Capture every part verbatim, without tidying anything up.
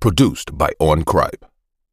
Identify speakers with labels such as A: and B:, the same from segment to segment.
A: Produced by On Cripe.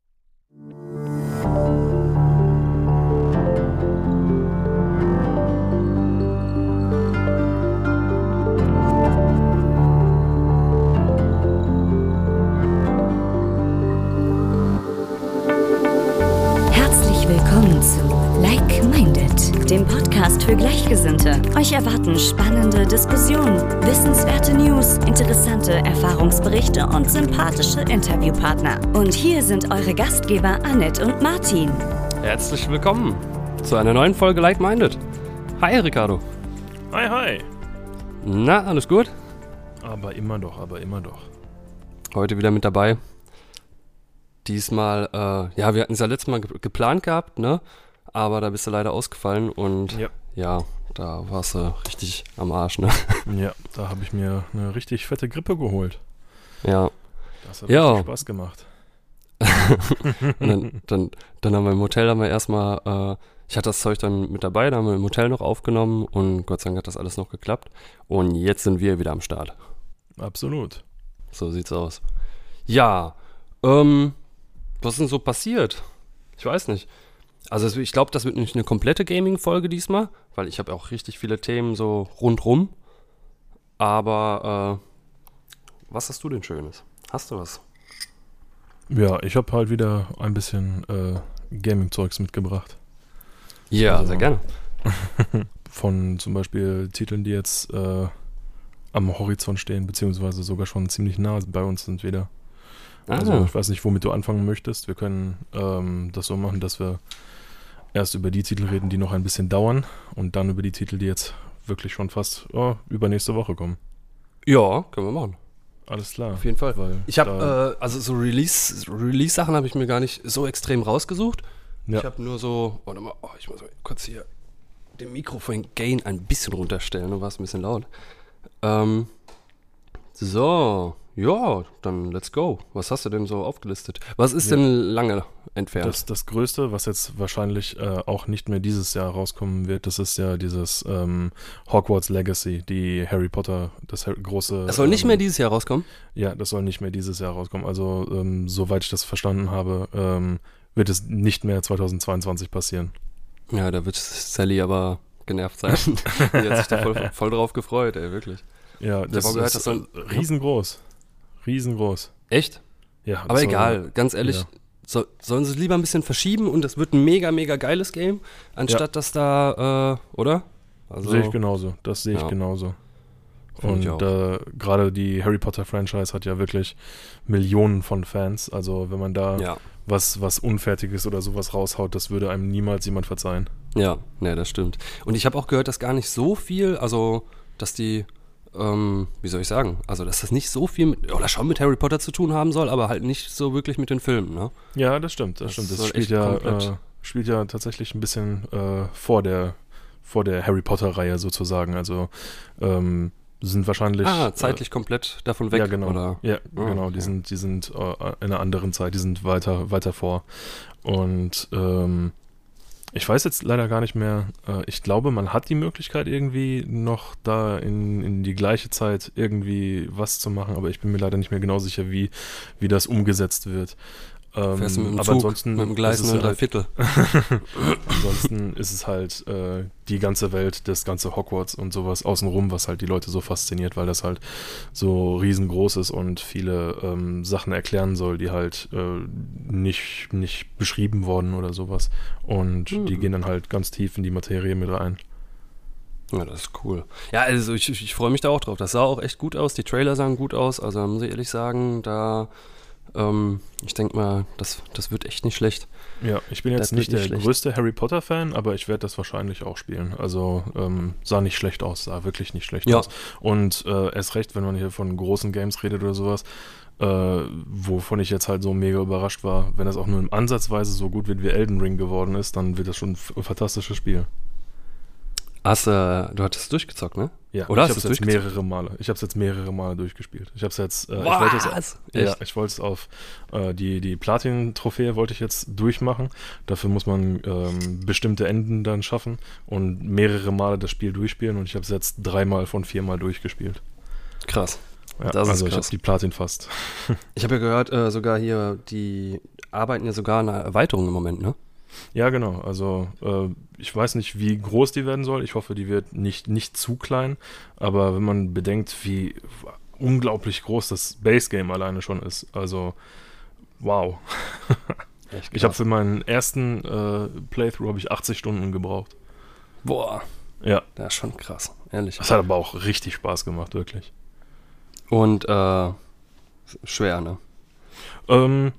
B: Willkommen zu Like Minded, dem Podcast für Gleichgesinnte. Euch erwarten spannende Diskussionen, wissenswerte News, interessante Erfahrungsberichte und sympathische Interviewpartner. Und hier sind eure Gastgeber Annette und Martin.
C: Herzlich willkommen zu einer neuen Folge Like Minded. Hi Ricardo.
D: Hi, hi.
C: Na, alles gut?
D: Aber immer doch, aber immer doch.
C: Heute wieder mit dabei. Diesmal, äh, ja, wir hatten es ja letztes Mal ge- geplant gehabt, ne? Aber da bist du leider ausgefallen und
D: Ja,
C: ja da warst du richtig am Arsch, ne?
D: ja, da habe ich mir eine richtig fette Grippe geholt.
C: Ja.
D: Das hat
C: Ja.
D: richtig Spaß gemacht.
C: Und dann, dann, dann haben wir im Hotel haben wir erstmal, äh, ich hatte das Zeug dann mit dabei, da haben wir im Hotel noch aufgenommen und Gott sei Dank hat das alles noch geklappt. Und jetzt sind wir wieder am Start.
D: Absolut.
C: So sieht's aus. Ja, ähm, was ist denn so passiert? Ich weiß nicht. Also es- ich glaube, das wird nicht eine komplette Gaming-Folge diesmal, weil ich habe auch richtig viele Themen so rundrum. Aber äh, was hast du denn Schönes? Hast du was?
D: Ja, ich habe halt wieder ein bisschen äh, Gaming-Zeugs mitgebracht.
C: Ja,
D: Also-
C: sehr gerne.
D: Von zum Beispiel Titeln, die jetzt äh, am Horizont stehen, beziehungsweise sogar schon ziemlich nah bei uns sind wieder. Also
C: Ah,
D: ich weiß nicht, womit du anfangen möchtest. Wir können ähm, das so machen, dass wir erst über die Titel reden, die noch ein bisschen dauern und dann über die Titel, die jetzt wirklich schon fast oh, übernächste Woche kommen.
C: ja, können wir machen.
D: Alles klar.
C: Auf jeden Fall.
D: Weil
C: Ich
D: da-
C: habe, äh, also so Release, Release-Sachen habe ich mir gar nicht so extrem rausgesucht.
D: ja.
C: Ich habe nur so, warte mal, oh, ich muss mal kurz hier den Mikrofon-Gain ein bisschen runterstellen, du warst ein bisschen laut. Ähm, so, ja, dann let's go. Was hast du denn so aufgelistet? Was ist
D: Ja.
C: denn lange entfernt?
D: Das, das Größte, was jetzt wahrscheinlich äh, auch nicht mehr dieses Jahr rauskommen wird, das ist ja dieses ähm, Hogwarts Legacy, die Harry Potter, das Har- große...
C: Das soll nicht
D: ähm,
C: mehr dieses Jahr rauskommen?
D: Ja, das soll nicht mehr dieses Jahr rauskommen. Also, ähm, soweit ich das verstanden habe, ähm, wird es nicht mehr zweitausendzweiundzwanzig passieren.
C: Ja, da wird Sally aber genervt sein. Die hat sich da voll, voll drauf gefreut, ey, wirklich.
D: Ja, das
C: auch gehört,
D: ist
C: das soll-
D: äh, riesengroß. Riesengroß.
C: Echt?
D: Ja,
C: Aber
D: das soll-
C: egal, ganz ehrlich,
D: ja.
C: so, sollen sie es lieber ein bisschen verschieben und das wird ein mega, mega geiles Game, anstatt dass da, äh, oder? Also,
D: Sehe ich genauso. Das sehe ich
C: Ja.
D: genauso.
C: Find ich
D: Und
C: auch.
D: äh, gerade die Harry Potter Franchise hat ja wirklich Millionen von Fans. Also wenn man da
C: Ja,
D: was, was Unfertiges oder sowas raushaut, das würde einem niemals jemand verzeihen.
C: ja, ne, das stimmt. Und ich habe auch gehört, dass gar nicht so viel, also, dass die, ähm, wie soll ich sagen, also, dass das nicht so viel mit, oder schon mit Harry Potter zu tun haben soll, aber halt nicht so wirklich mit den Filmen, ne?
D: Ja, das stimmt. Das,
C: Das
D: stimmt. Das
C: soll
D: spielt
C: echt
D: ja,
C: komplett-
D: äh, spielt ja tatsächlich ein bisschen äh, vor der vor der Harry Potter Reihe sozusagen. Also ähm, sind wahrscheinlich
C: Ah, zeitlich komplett davon
D: äh,
C: weg,
D: ja genau.
C: oder?
D: Ja,
C: Ah,
D: genau.
C: okay.
D: Die sind die sind äh, in einer anderen Zeit. Die sind weiter weiter vor. Und ähm, ich weiß jetzt leider gar nicht mehr. Äh, ich glaube, man hat die Möglichkeit irgendwie noch da in, in die gleiche Zeit irgendwie was zu machen, aber ich bin mir leider nicht mehr genau sicher, wie wie das umgesetzt wird. Ähm,
C: Fährst du mit dem
D: aber
C: Zug,
D: ansonsten
C: mit dem Gleis
D: ist es
C: nur drei
D: halt-
C: Viertel.
D: Ansonsten ist es halt äh, die ganze Welt, das ganze Hogwarts und sowas außenrum, was halt die Leute so fasziniert, weil das halt so riesengroß ist und viele ähm, Sachen erklären soll, die halt äh, nicht, nicht beschrieben wurden oder sowas. Und
C: Mhm.
D: die gehen dann halt ganz tief in die Materie mit rein.
C: Ja, das ist cool. Ja, also ich, ich, ich freue mich da auch drauf. Das sah auch echt gut aus. Die Trailer sahen gut aus. Also muss ich ehrlich sagen, da, ähm, ich denke mal, das, das wird echt nicht schlecht.
D: Ja, ich bin
C: Das
D: jetzt nicht
C: wird
D: der
C: nicht schlecht.
D: größte Harry Potter-Fan, aber ich werde das wahrscheinlich auch spielen. Also ähm, sah nicht schlecht aus, sah wirklich nicht schlecht
C: Ja.
D: aus. Und äh, erst recht, wenn man hier von großen Games redet oder sowas, äh, wovon ich jetzt halt so mega überrascht war, wenn das auch nur im Ansatzweise so gut wird wie Elden Ring geworden ist, dann wird das schon ein f- fantastisches Spiel.
C: Hast, äh, du hattest es durchgezockt, ne?
D: Ja,
C: Oder
D: ich
C: hast
D: habe
C: du
D: es
C: es
D: jetzt mehrere Male. Ich habe es jetzt mehrere Male durchgespielt. Ich habe es jetzt. Äh, ich wollte es, ja,
C: Echt?
D: ich wollte es auf äh, die die Platin-Trophäe wollte ich jetzt durchmachen. Dafür muss man ähm, bestimmte Enden dann schaffen und mehrere Male das Spiel durchspielen. Und ich habe es jetzt dreimal von viermal durchgespielt.
C: Krass.
D: Ja,
C: Das ist
D: also ich
C: krass.
D: habe die Platin fast.
C: Ich habe ja gehört, äh, sogar hier, die arbeiten ja sogar an einer Erweiterung im Moment, ne?
D: Ja, genau. Also äh, ich weiß nicht, wie groß die werden soll. Ich hoffe, die wird nicht, nicht zu klein. Aber wenn man bedenkt, wie unglaublich groß das Base Game alleine schon ist, also wow.
C: Echt
D: Ich habe für meinen ersten äh, Playthrough habe ich achtzig Stunden gebraucht.
C: Boah,
D: Ja,
C: das ist schon krass, ehrlich.
D: das hat aber auch richtig Spaß gemacht, wirklich.
C: Und äh, schwer, ne?
D: Ähm,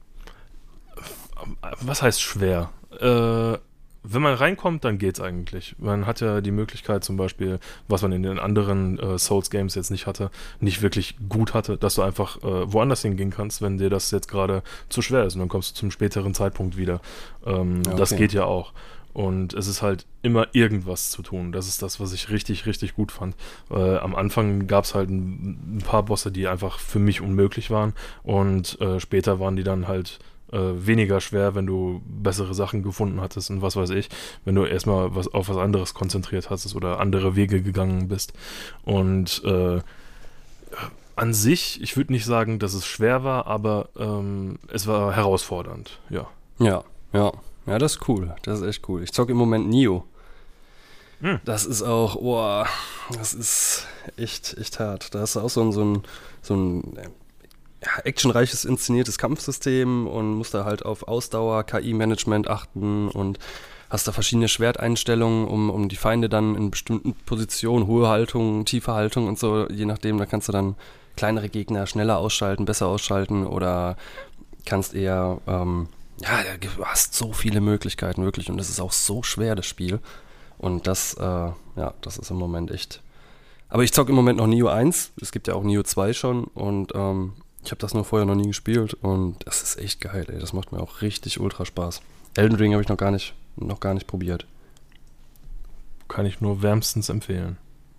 D: was heißt schwer? Äh, wenn man reinkommt, dann geht's eigentlich. Man hat ja die Möglichkeit zum Beispiel, was man in den anderen äh, Souls-Games jetzt nicht hatte, nicht wirklich gut hatte, dass du einfach äh, woanders hingehen kannst, wenn dir das jetzt gerade zu schwer ist und dann kommst du zum späteren Zeitpunkt wieder. Ähm,
C: Ja,
D: Das
C: okay.
D: geht ja auch. Und es ist halt immer irgendwas zu tun. Das ist das, was ich richtig, richtig gut fand. Äh, am Anfang gab es halt ein, ein paar Bosse, die einfach für mich unmöglich waren. Und äh, später waren die dann halt äh, weniger schwer, wenn du bessere Sachen gefunden hattest und was weiß ich. Wenn du erstmal was, auf was anderes konzentriert hattest oder andere Wege gegangen bist. Und äh, an sich, ich würde nicht sagen, dass es schwer war, aber ähm, es war herausfordernd, ja.
C: Ja, ja. Ja, das ist cool. Das ist echt cool. Ich zocke im Moment Nioh.
D: Hm.
C: Das ist auch, boah, das ist echt, echt hart. Da hast du auch so ein, so ein, so ein äh, ja, actionreiches, inszeniertes Kampfsystem und musst da halt auf Ausdauer, K I-Management achten und hast da verschiedene Schwerteinstellungen, um, um die Feinde dann in bestimmten Positionen, hohe Haltung, tiefe Haltung und so, je nachdem, da kannst du dann kleinere Gegner schneller ausschalten, besser ausschalten oder kannst eher, ähm, ja, du hast so viele Möglichkeiten, wirklich. Und das ist auch so schwer, das Spiel. Und das, äh, ja, das ist im Moment echt. Aber ich zocke im Moment noch Nioh eins. Es gibt ja auch Nioh zwei schon. Und ähm, ich habe das nur vorher noch nie gespielt. Und das ist echt geil, ey. Das macht mir auch richtig ultra Spaß. Elden Ring habe ich noch gar nicht, noch gar nicht probiert.
D: Kann ich nur wärmstens empfehlen.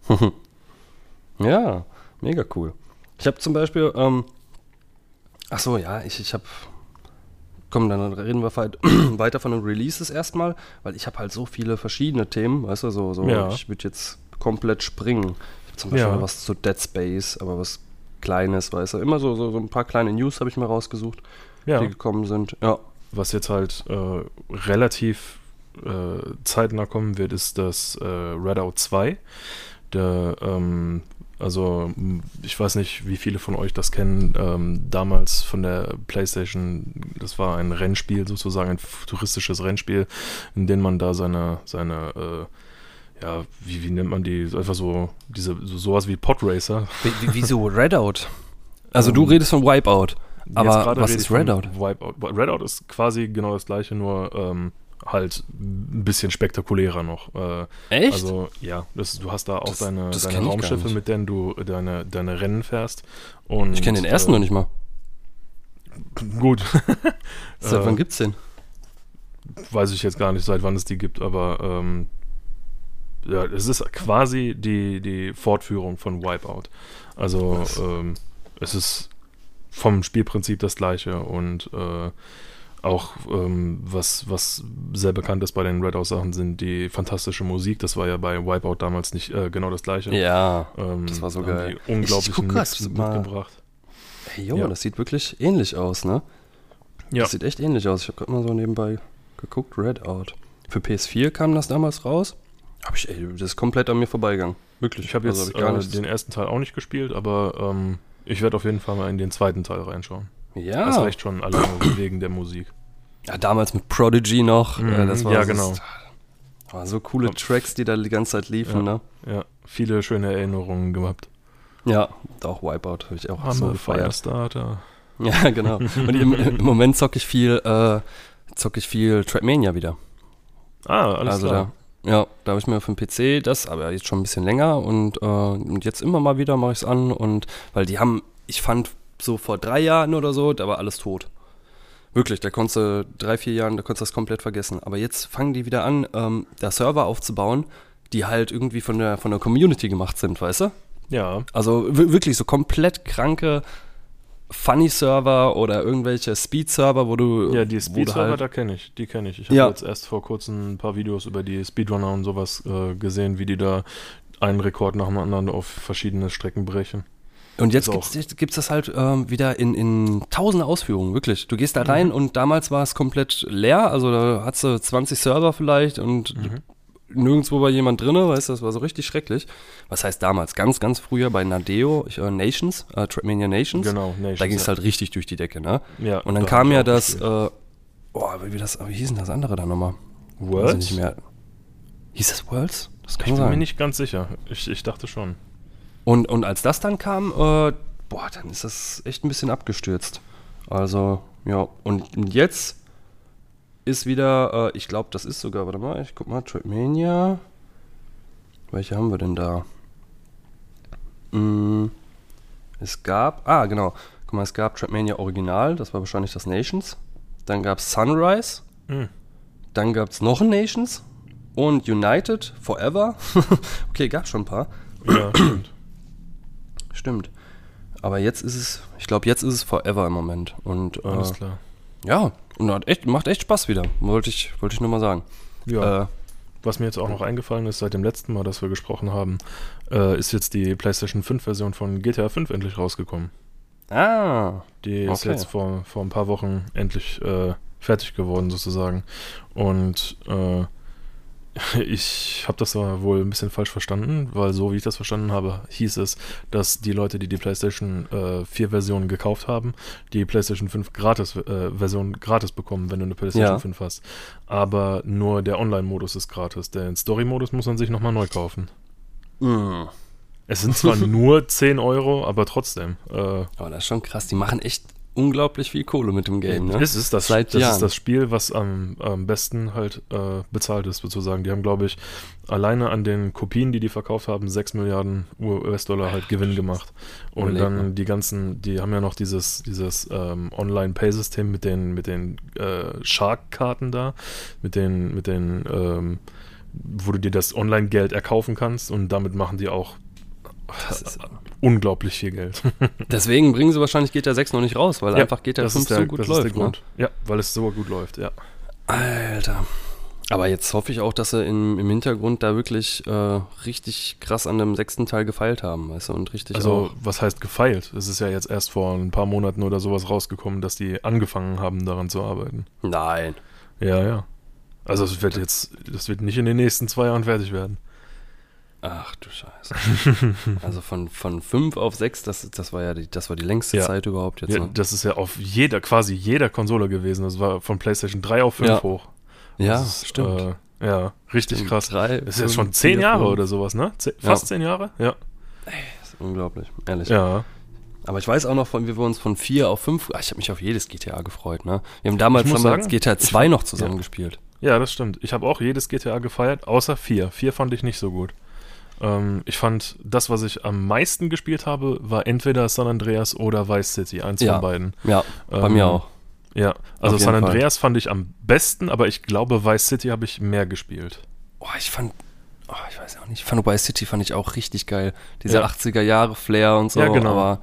C: Ja, mega cool. Ich habe zum Beispiel, ähm, ach so, ja, ich, ich habe... Komm, dann reden wir weit, weiter von den Releases erstmal, weil ich habe halt so viele verschiedene Themen, weißt du, so, so
D: Ja.
C: ich würde jetzt komplett springen. Ich habe zum Beispiel
D: Ja.
C: mal was zu Dead Space, aber was Kleines, weißt du, immer so, so, so ein paar kleine News habe ich mal rausgesucht,
D: Ja.
C: die gekommen sind. Ja,
D: Was jetzt halt äh, relativ äh, zeitnah kommen wird, ist das äh, Redout zwei. Der, ähm, also m, ich weiß nicht, wie viele von euch das kennen, ähm, damals von der PlayStation, das war ein Rennspiel sozusagen, ein futuristisches Rennspiel, in dem man da seine, seine äh, ja, wie, wie nennt man die, so einfach so, diese, so, sowas wie Podracer.
C: Wie, wie, wieso Redout? Also
D: Ähm,
C: du redest von Wipeout,
D: Jetzt
C: aber
D: gerade
C: was
D: rede
C: ist
D: ich von
C: Redout?
D: Wipeout. Redout ist quasi genau das gleiche, nur ähm, halt ein bisschen spektakulärer noch. Äh,
C: Echt?
D: Also ja, das, du hast da auch
C: Das-
D: deine,
C: das
D: deine
C: kenn ich gar
D: Raumschiffe,
C: nicht.
D: mit denen du deine, deine Rennen fährst. Und,
C: Ich kenne den ersten
D: äh,
C: noch nicht mal.
D: Gut.
C: Seit
D: äh,
C: wann gibt's den?
D: Weiß ich jetzt gar nicht, seit wann es die gibt, aber ähm, ja, es ist quasi die, die Fortführung von Wipeout. Also
C: Was?
D: ähm, es ist vom Spielprinzip das gleiche und äh, auch ähm, was, was sehr bekannt ist bei den Redout-Sachen sind die fantastische Musik. Das war ja bei Wipeout damals nicht äh, genau das gleiche.
C: Ja,
D: Ähm,
C: das war so
D: da haben
C: geil.
D: Die unglaublichen
C: Ich- ich guck grad
D: Mix
C: mal.
D: mitgebracht.
C: hey, jo,
D: Ja.
C: das sieht wirklich ähnlich aus, ne?
D: Ja.
C: Das sieht echt ähnlich aus. Ich habe gerade mal so nebenbei geguckt, Redout. Für P S vier kam das damals raus. Hab ich, ey, das ist komplett an mir vorbeigegangen. Wirklich.
D: Ich habe jetzt
C: Also hab ich gar
D: äh,
C: nichts-
D: den ersten Teil auch nicht gespielt, aber ähm, ich werde auf jeden Fall mal in den zweiten Teil reinschauen.
C: Ja.
D: Das reicht schon alleine wegen der Musik.
C: Ja, damals mit Prodigy noch.
D: Mhm,
C: äh, das war
D: ja,
C: so,
D: genau.
C: War so coole
D: Ja.
C: Tracks, die da die ganze Zeit liefen,
D: Ja.
C: ne?
D: Ja, viele schöne Erinnerungen gehabt.
C: Ja, und auch Wipeout habe ich auch so gefeiert.
D: Firestarter.
C: Ja, genau. Und im, im Moment zocke ich viel, äh, zocke ich viel Trackmania wieder.
D: Ah, alles
C: also
D: klar.
C: da, ja, da habe ich mir auf dem P C das, aber jetzt schon ein bisschen länger und, äh, und jetzt immer mal wieder mache ich es an und weil die haben, ich fand so vor drei Jahren oder so, da war alles tot. Wirklich, da konntest du drei, vier Jahren, da konntest du das komplett vergessen. Aber jetzt fangen die wieder an, ähm, da Server aufzubauen, die halt irgendwie von der, von der Community gemacht sind, weißt du?
D: Ja,
C: Also w- wirklich so komplett kranke Funny-Server oder irgendwelche Speed-Server, wo du
D: ja, die
C: wo du
D: Speedserver,
C: halt,
D: da kenne ich, die kenne ich. Ich habe
C: Ja.
D: jetzt erst vor kurzem ein paar Videos über die Speedrunner und sowas äh, gesehen, wie die da einen Rekord nach dem anderen auf verschiedene Strecken brechen.
C: Und jetzt
D: Ist
C: gibt's, gibt's das halt ähm, wieder in, in tausende Ausführungen, wirklich. Du gehst da rein
D: Mhm.
C: und damals war es komplett leer, also da hattest du zwanzig Server vielleicht und
D: Mhm.
C: nirgendwo war jemand drin, weißt du, das war so richtig schrecklich. Was heißt damals? Ganz, ganz früher bei Nadeo, ich, äh, Nations, äh, Trackmania Nations,
D: Genau, Nations,
C: da ging es
D: ja.
C: halt richtig durch die Decke, ne?
D: Ja,
C: Und dann
D: da
C: kam
D: hab ich
C: ja
D: auch
C: das,
D: gespielt.
C: äh, boah, wie, das, wie hieß denn das andere da nochmal? Weiß ich
D: Worlds?
C: nicht mehr. Hieß das Worlds? Das
D: Ich
C: kann
D: bin
C: sein.
D: mir nicht ganz sicher. Ich, ich dachte schon.
C: Und, und als das dann kam, äh, boah, dann ist das echt ein bisschen abgestürzt. Also, ja, und jetzt ist wieder, äh, ich glaube, das ist sogar, warte mal, ich guck mal, Trackmania. Welche haben wir denn da? Mm, es gab, ah, genau, guck mal, es gab Trackmania Original, das war wahrscheinlich das Nations. Dann gab es Sunrise,
D: Hm.
C: dann gab es noch ein Nations und United, Forever. Okay, gab schon ein paar.
D: Ja, stimmt.
C: Stimmt. Aber jetzt ist es, ich glaube, jetzt ist es Forever im Moment. Und
D: Alles
C: äh,
D: klar.
C: ja, und hat echt, macht echt Spaß wieder. Wollte ich, wollte ich nur mal sagen.
D: Ja.
C: Äh,
D: Was mir jetzt auch noch eingefallen ist, seit dem letzten Mal, dass wir gesprochen haben, äh, ist jetzt die PlayStation fünf Version von G T A fünf endlich rausgekommen.
C: ah,
D: Die ist
C: Okay.
D: jetzt vor, vor ein paar Wochen endlich äh, fertig geworden sozusagen. Und äh, ich habe das aber wohl ein bisschen falsch verstanden, weil so wie ich das verstanden habe, hieß es, dass die Leute, die die PlayStation äh, vier Version gekauft haben, die PlayStation fünf gratis, äh, Version gratis bekommen, wenn du eine PlayStation
C: Ja.
D: fünf hast. Aber nur der Online-Modus ist gratis. Den Story-Modus muss man sich nochmal neu kaufen.
C: mh.
D: Es sind zwar nur zehn Euro, aber trotzdem. Äh,
C: Aber das ist schon krass. Die machen echt unglaublich viel Kohle mit dem Game, ne?
D: Es ist das,
C: Seit
D: das
C: Jahren.
D: ist das Spiel, was am, am besten halt äh, bezahlt ist, sozusagen. Die haben, glaube ich, alleine an den Kopien, die die verkauft haben, sechs Milliarden U S-Dollar halt Gewinn gemacht. Und
C: Überleg
D: dann
C: mal.
D: die ganzen, die haben ja noch dieses, dieses ähm, Online-Pay-System mit den, mit den äh, Shark-Karten da, mit den, mit den, ähm, wo du dir das Online-Geld erkaufen kannst und damit machen die auch
C: Das ist,
D: unglaublich viel Geld.
C: deswegen bringen sie wahrscheinlich G T A sechs noch nicht raus, weil
D: Ja,
C: einfach G T A
D: das
C: fünf
D: ist der,
C: so gut
D: das ist der
C: läuft, ne?
D: Grund. Ja, weil es so gut läuft, ja.
C: Alter. Aber jetzt hoffe ich auch, dass sie im, im Hintergrund da wirklich äh, richtig krass an dem sechsten Teil gefeilt haben, weißt du, und richtig
D: Also,
C: auch.
D: was heißt gefeilt? Es ist ja jetzt erst vor ein paar Monaten oder sowas rausgekommen, dass die angefangen haben, daran zu arbeiten.
C: Nein.
D: Ja, ja. Also, es wird jetzt, das wird nicht in den nächsten zwei Jahren fertig werden.
C: Ach du Scheiße. Also von, von fünf auf sechs, das, das war ja die, das war die längste
D: Ja.
C: Zeit überhaupt jetzt.
D: Ja,
C: Ne?
D: das ist ja auf jeder, quasi jeder Konsole gewesen. Das war von PlayStation drei auf fünf
C: Ja.
D: hoch.
C: Ja,
D: Das ist,
C: stimmt.
D: Äh, ja, richtig
C: Stimmt.
D: krass.
C: Drei,
D: Das ist jetzt
C: fünf,
D: schon zehn
C: vier,
D: Jahre
C: fünf.
D: oder sowas, ne? Ze-
C: Ja.
D: Fast zehn Jahre? Ja.
C: Das ist unglaublich, ehrlich.
D: Ja.
C: Aber ich weiß auch noch, von, wie wir uns von vier auf fünf, ach, ich habe mich auf jedes G T A gefreut, ne? Wir haben damals
D: Ich muss
C: haben wir
D: sagen,
C: jetzt G T A zwei
D: ich-
C: noch zusammen gespielt.
D: Ja, das stimmt. Ich habe auch jedes G T A gefeiert, außer vier. vier fand ich nicht so gut. Ähm, ich fand, das, was ich am meisten gespielt habe, war entweder San Andreas oder Vice City. Eins
C: Ja.
D: von beiden.
C: Ja, bei
D: Ähm,
C: mir auch.
D: Ja, also
C: Auf jeden
D: San
C: Fall.
D: Andreas fand ich am besten, aber ich glaube, Vice City habe ich mehr gespielt.
C: Oh, ich fand, oh, ich weiß auch nicht, ich fand Vice City fand ich auch richtig geil. Dieser
D: Ja.
C: achtziger-Jahre-Flair und so.
D: Ja, genau.
C: Aber,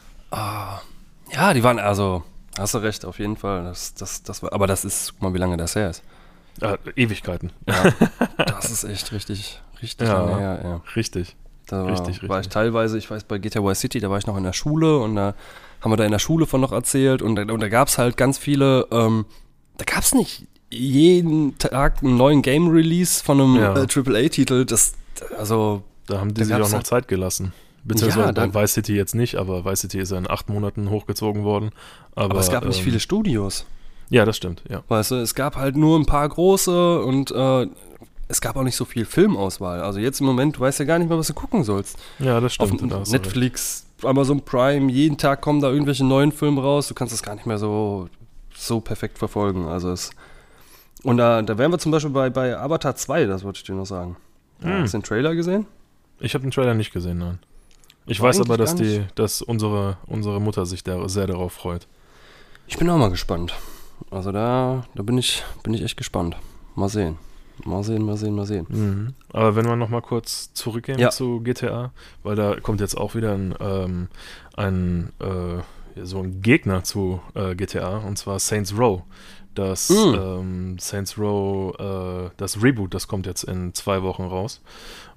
C: ah, ja, die waren, also, hast du recht, auf jeden Fall. Das, das, das war, aber das ist, guck mal, wie lange das her ist.
D: Äh, Ewigkeiten.
C: Ja, das ist echt richtig, richtig
D: Ja.
C: lange her, ja.
D: Richtig.
C: Da war,
D: Richtig,
C: war ich
D: richtig.
C: teilweise, ich weiß, bei G T A Vice City, da war ich noch in der Schule und da haben wir da in der Schule von noch erzählt und da, und da gab es halt ganz viele, ähm, da gab es nicht jeden Tag einen neuen Game-Release von einem
D: Ja.
C: äh, Triple A-Titel, das, also,
D: Da haben die
C: Da
D: sich auch
C: gab's
D: noch
C: halt-
D: Zeit gelassen. Beziehungsweise
C: Ja,
D: bei
C: dann-
D: Vice City jetzt nicht, aber Vice City ist ja in acht Monaten hochgezogen worden. Aber,
C: aber es gab nicht
D: ähm,
C: viele Studios,
D: Ja, das stimmt, ja.
C: weißt du, es gab halt nur ein paar große und äh, es gab auch nicht so viel Filmauswahl, also jetzt im Moment, du weißt ja gar nicht mehr, was du gucken sollst.
D: Ja, das
C: Auf
D: stimmt. da hast du recht.
C: Netflix, Amazon Prime, jeden Tag kommen da irgendwelche neuen Filme raus. Du kannst das gar nicht mehr so, so perfekt verfolgen. Also es, und da, da wären wir zum Beispiel bei, bei Avatar zwei, das wollte ich dir noch sagen.
D: Hm.
C: Hast du den Trailer gesehen?
D: Ich habe den Trailer nicht gesehen, nein. Ich
C: War
D: weiß aber,
C: eigentlich
D: dass
C: gar
D: die, dass unsere, unsere Mutter sich da sehr darauf freut.
C: Ich bin auch mal gespannt. Also da, da bin ich, bin ich echt gespannt. Mal sehen. Mal sehen, mal sehen, mal sehen.
D: Mhm. Aber wenn wir nochmal kurz zurückgehen
C: Ja.
D: zu G T A, weil da kommt jetzt auch wieder ein, ähm, ein äh, so ein Gegner zu äh, G T A, und zwar Saints Row. Das
C: Mm.
D: ähm, Saints Row, äh, das Reboot, das kommt jetzt in zwei Wochen raus.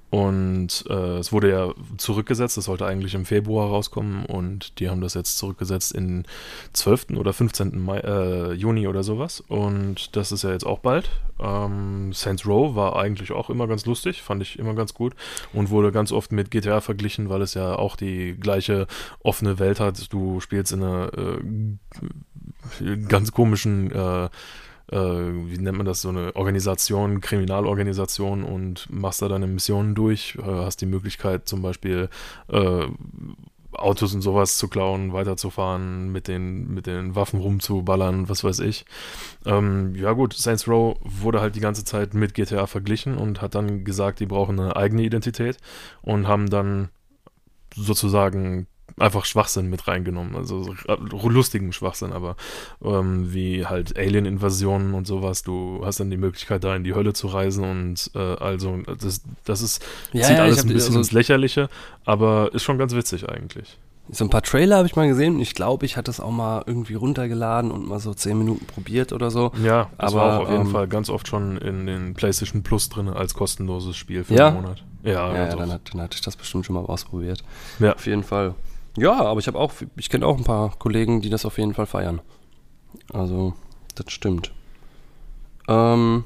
D: Und äh, es wurde ja zurückgesetzt, das sollte eigentlich im Februar rauskommen und die haben das jetzt zurückgesetzt in zwölften oder fünfzehnten Mai, äh, Juni oder sowas. Und das ist ja jetzt auch bald. Ähm, Saints Row war eigentlich auch immer ganz lustig, fand ich immer ganz gut und wurde ganz oft mit G T A verglichen, weil es ja auch die gleiche offene Welt hat. Du spielst in einer äh, ganz komischen äh, wie nennt man das, so eine Organisation, Kriminalorganisation und machst da deine Missionen durch, äh, hast die Möglichkeit zum Beispiel äh, Autos und sowas zu klauen, weiterzufahren, mit den, mit den Waffen rumzuballern, was weiß ich. Ähm, ja gut, Saints Row wurde halt die ganze Zeit mit G T A verglichen und hat dann gesagt, die brauchen eine eigene Identität und haben dann sozusagen einfach Schwachsinn mit reingenommen, also lustigen Schwachsinn, aber ähm, wie halt Alien-Invasionen und sowas, du hast dann die Möglichkeit, da in die Hölle zu reisen und äh, also das, das ist,
C: Ja,
D: zieht
C: ja,
D: alles
C: ich hab
D: ein
C: die-
D: bisschen
C: also-
D: ins Lächerliche, aber ist schon ganz witzig eigentlich.
C: So ein paar Trailer habe ich mal gesehen. Ich glaube, ich hatte es auch mal irgendwie runtergeladen und mal so zehn Minuten probiert oder so.
D: Ja, das
C: Aber,
D: war auch auf jeden
C: ähm,
D: Fall ganz oft schon in den PlayStation Plus drin als kostenloses Spiel für
C: Ja?
D: einen Monat. Ja,
C: Ja, ja,
D: ganz
C: dann,
D: oft.
C: hat, dann hatte ich das bestimmt schon mal ausprobiert.
D: Ja.
C: Auf jeden Fall. Ja, aber ich habe auch, ich kenne auch ein paar Kollegen, die das auf jeden Fall feiern. Also, das stimmt. Ähm,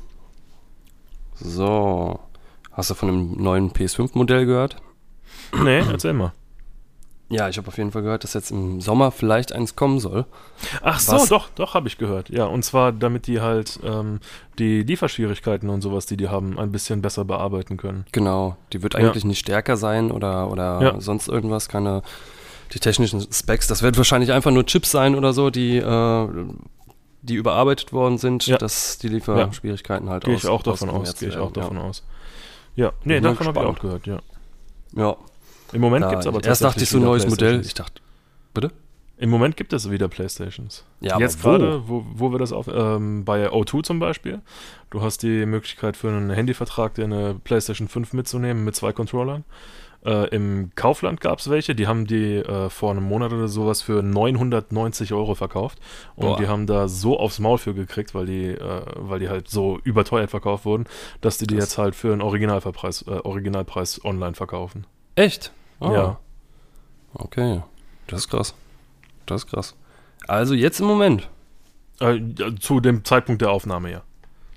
C: so. Hast du von dem neuen P S fünf Modell gehört?
D: Nee, erzähl mal.
C: Ja, ich habe auf jeden Fall gehört, dass jetzt im Sommer vielleicht eins kommen soll.
D: Ach so,
C: Was?
D: doch, doch, habe ich gehört. Ja, und zwar, damit die halt ähm, die Lieferschwierigkeiten und sowas, die die haben, ein bisschen besser bearbeiten können.
C: Genau, die wird
D: Ja.
C: eigentlich nicht stärker sein oder, oder
D: Ja.
C: sonst irgendwas, keine, die technischen Specs. Das wird wahrscheinlich einfach nur Chips sein oder so, die, äh, die überarbeitet worden sind,
D: Ja.
C: dass die Lieferschwierigkeiten halt
D: Gehe ich
C: aus-
D: auch davon aus,
C: ausgemerzt
D: gehe ich auch
C: werden,
D: davon aus. Ja, nee,
C: Bin mal
D: davon habe ich auch
C: gespannt.
D: gehört, ja.
C: Ja.
D: Im Moment
C: Da,
D: gibt es aber
C: erst dachte ich so ein
D: wieder
C: neues Modell.
D: Playstations.
C: Ich dachte, bitte?
D: Im Moment gibt es wieder Playstations.
C: Ja,
D: Jetzt
C: aber wo?
D: gerade, wo, wo wir das auf, ähm, bei O zwei zum Beispiel, du hast die Möglichkeit für einen Handyvertrag dir eine PlayStation fünf mitzunehmen mit zwei Controllern. Äh, Im Kaufland gab es welche, die haben die äh, vor einem Monat oder sowas für neunhundertneunzig Euro verkauft und
C: Boah.
D: die haben da so aufs Maul für gekriegt, weil die, äh, weil die halt so überteuert verkauft wurden, dass die die
C: Krass.
D: jetzt halt für einen Originalpreis, äh, Originalpreis online verkaufen.
C: Echt? Ah,
D: Ja.
C: Okay, das ist krass. Das ist krass. Also jetzt im Moment.
D: Äh, ja, zu dem Zeitpunkt der Aufnahme, ja.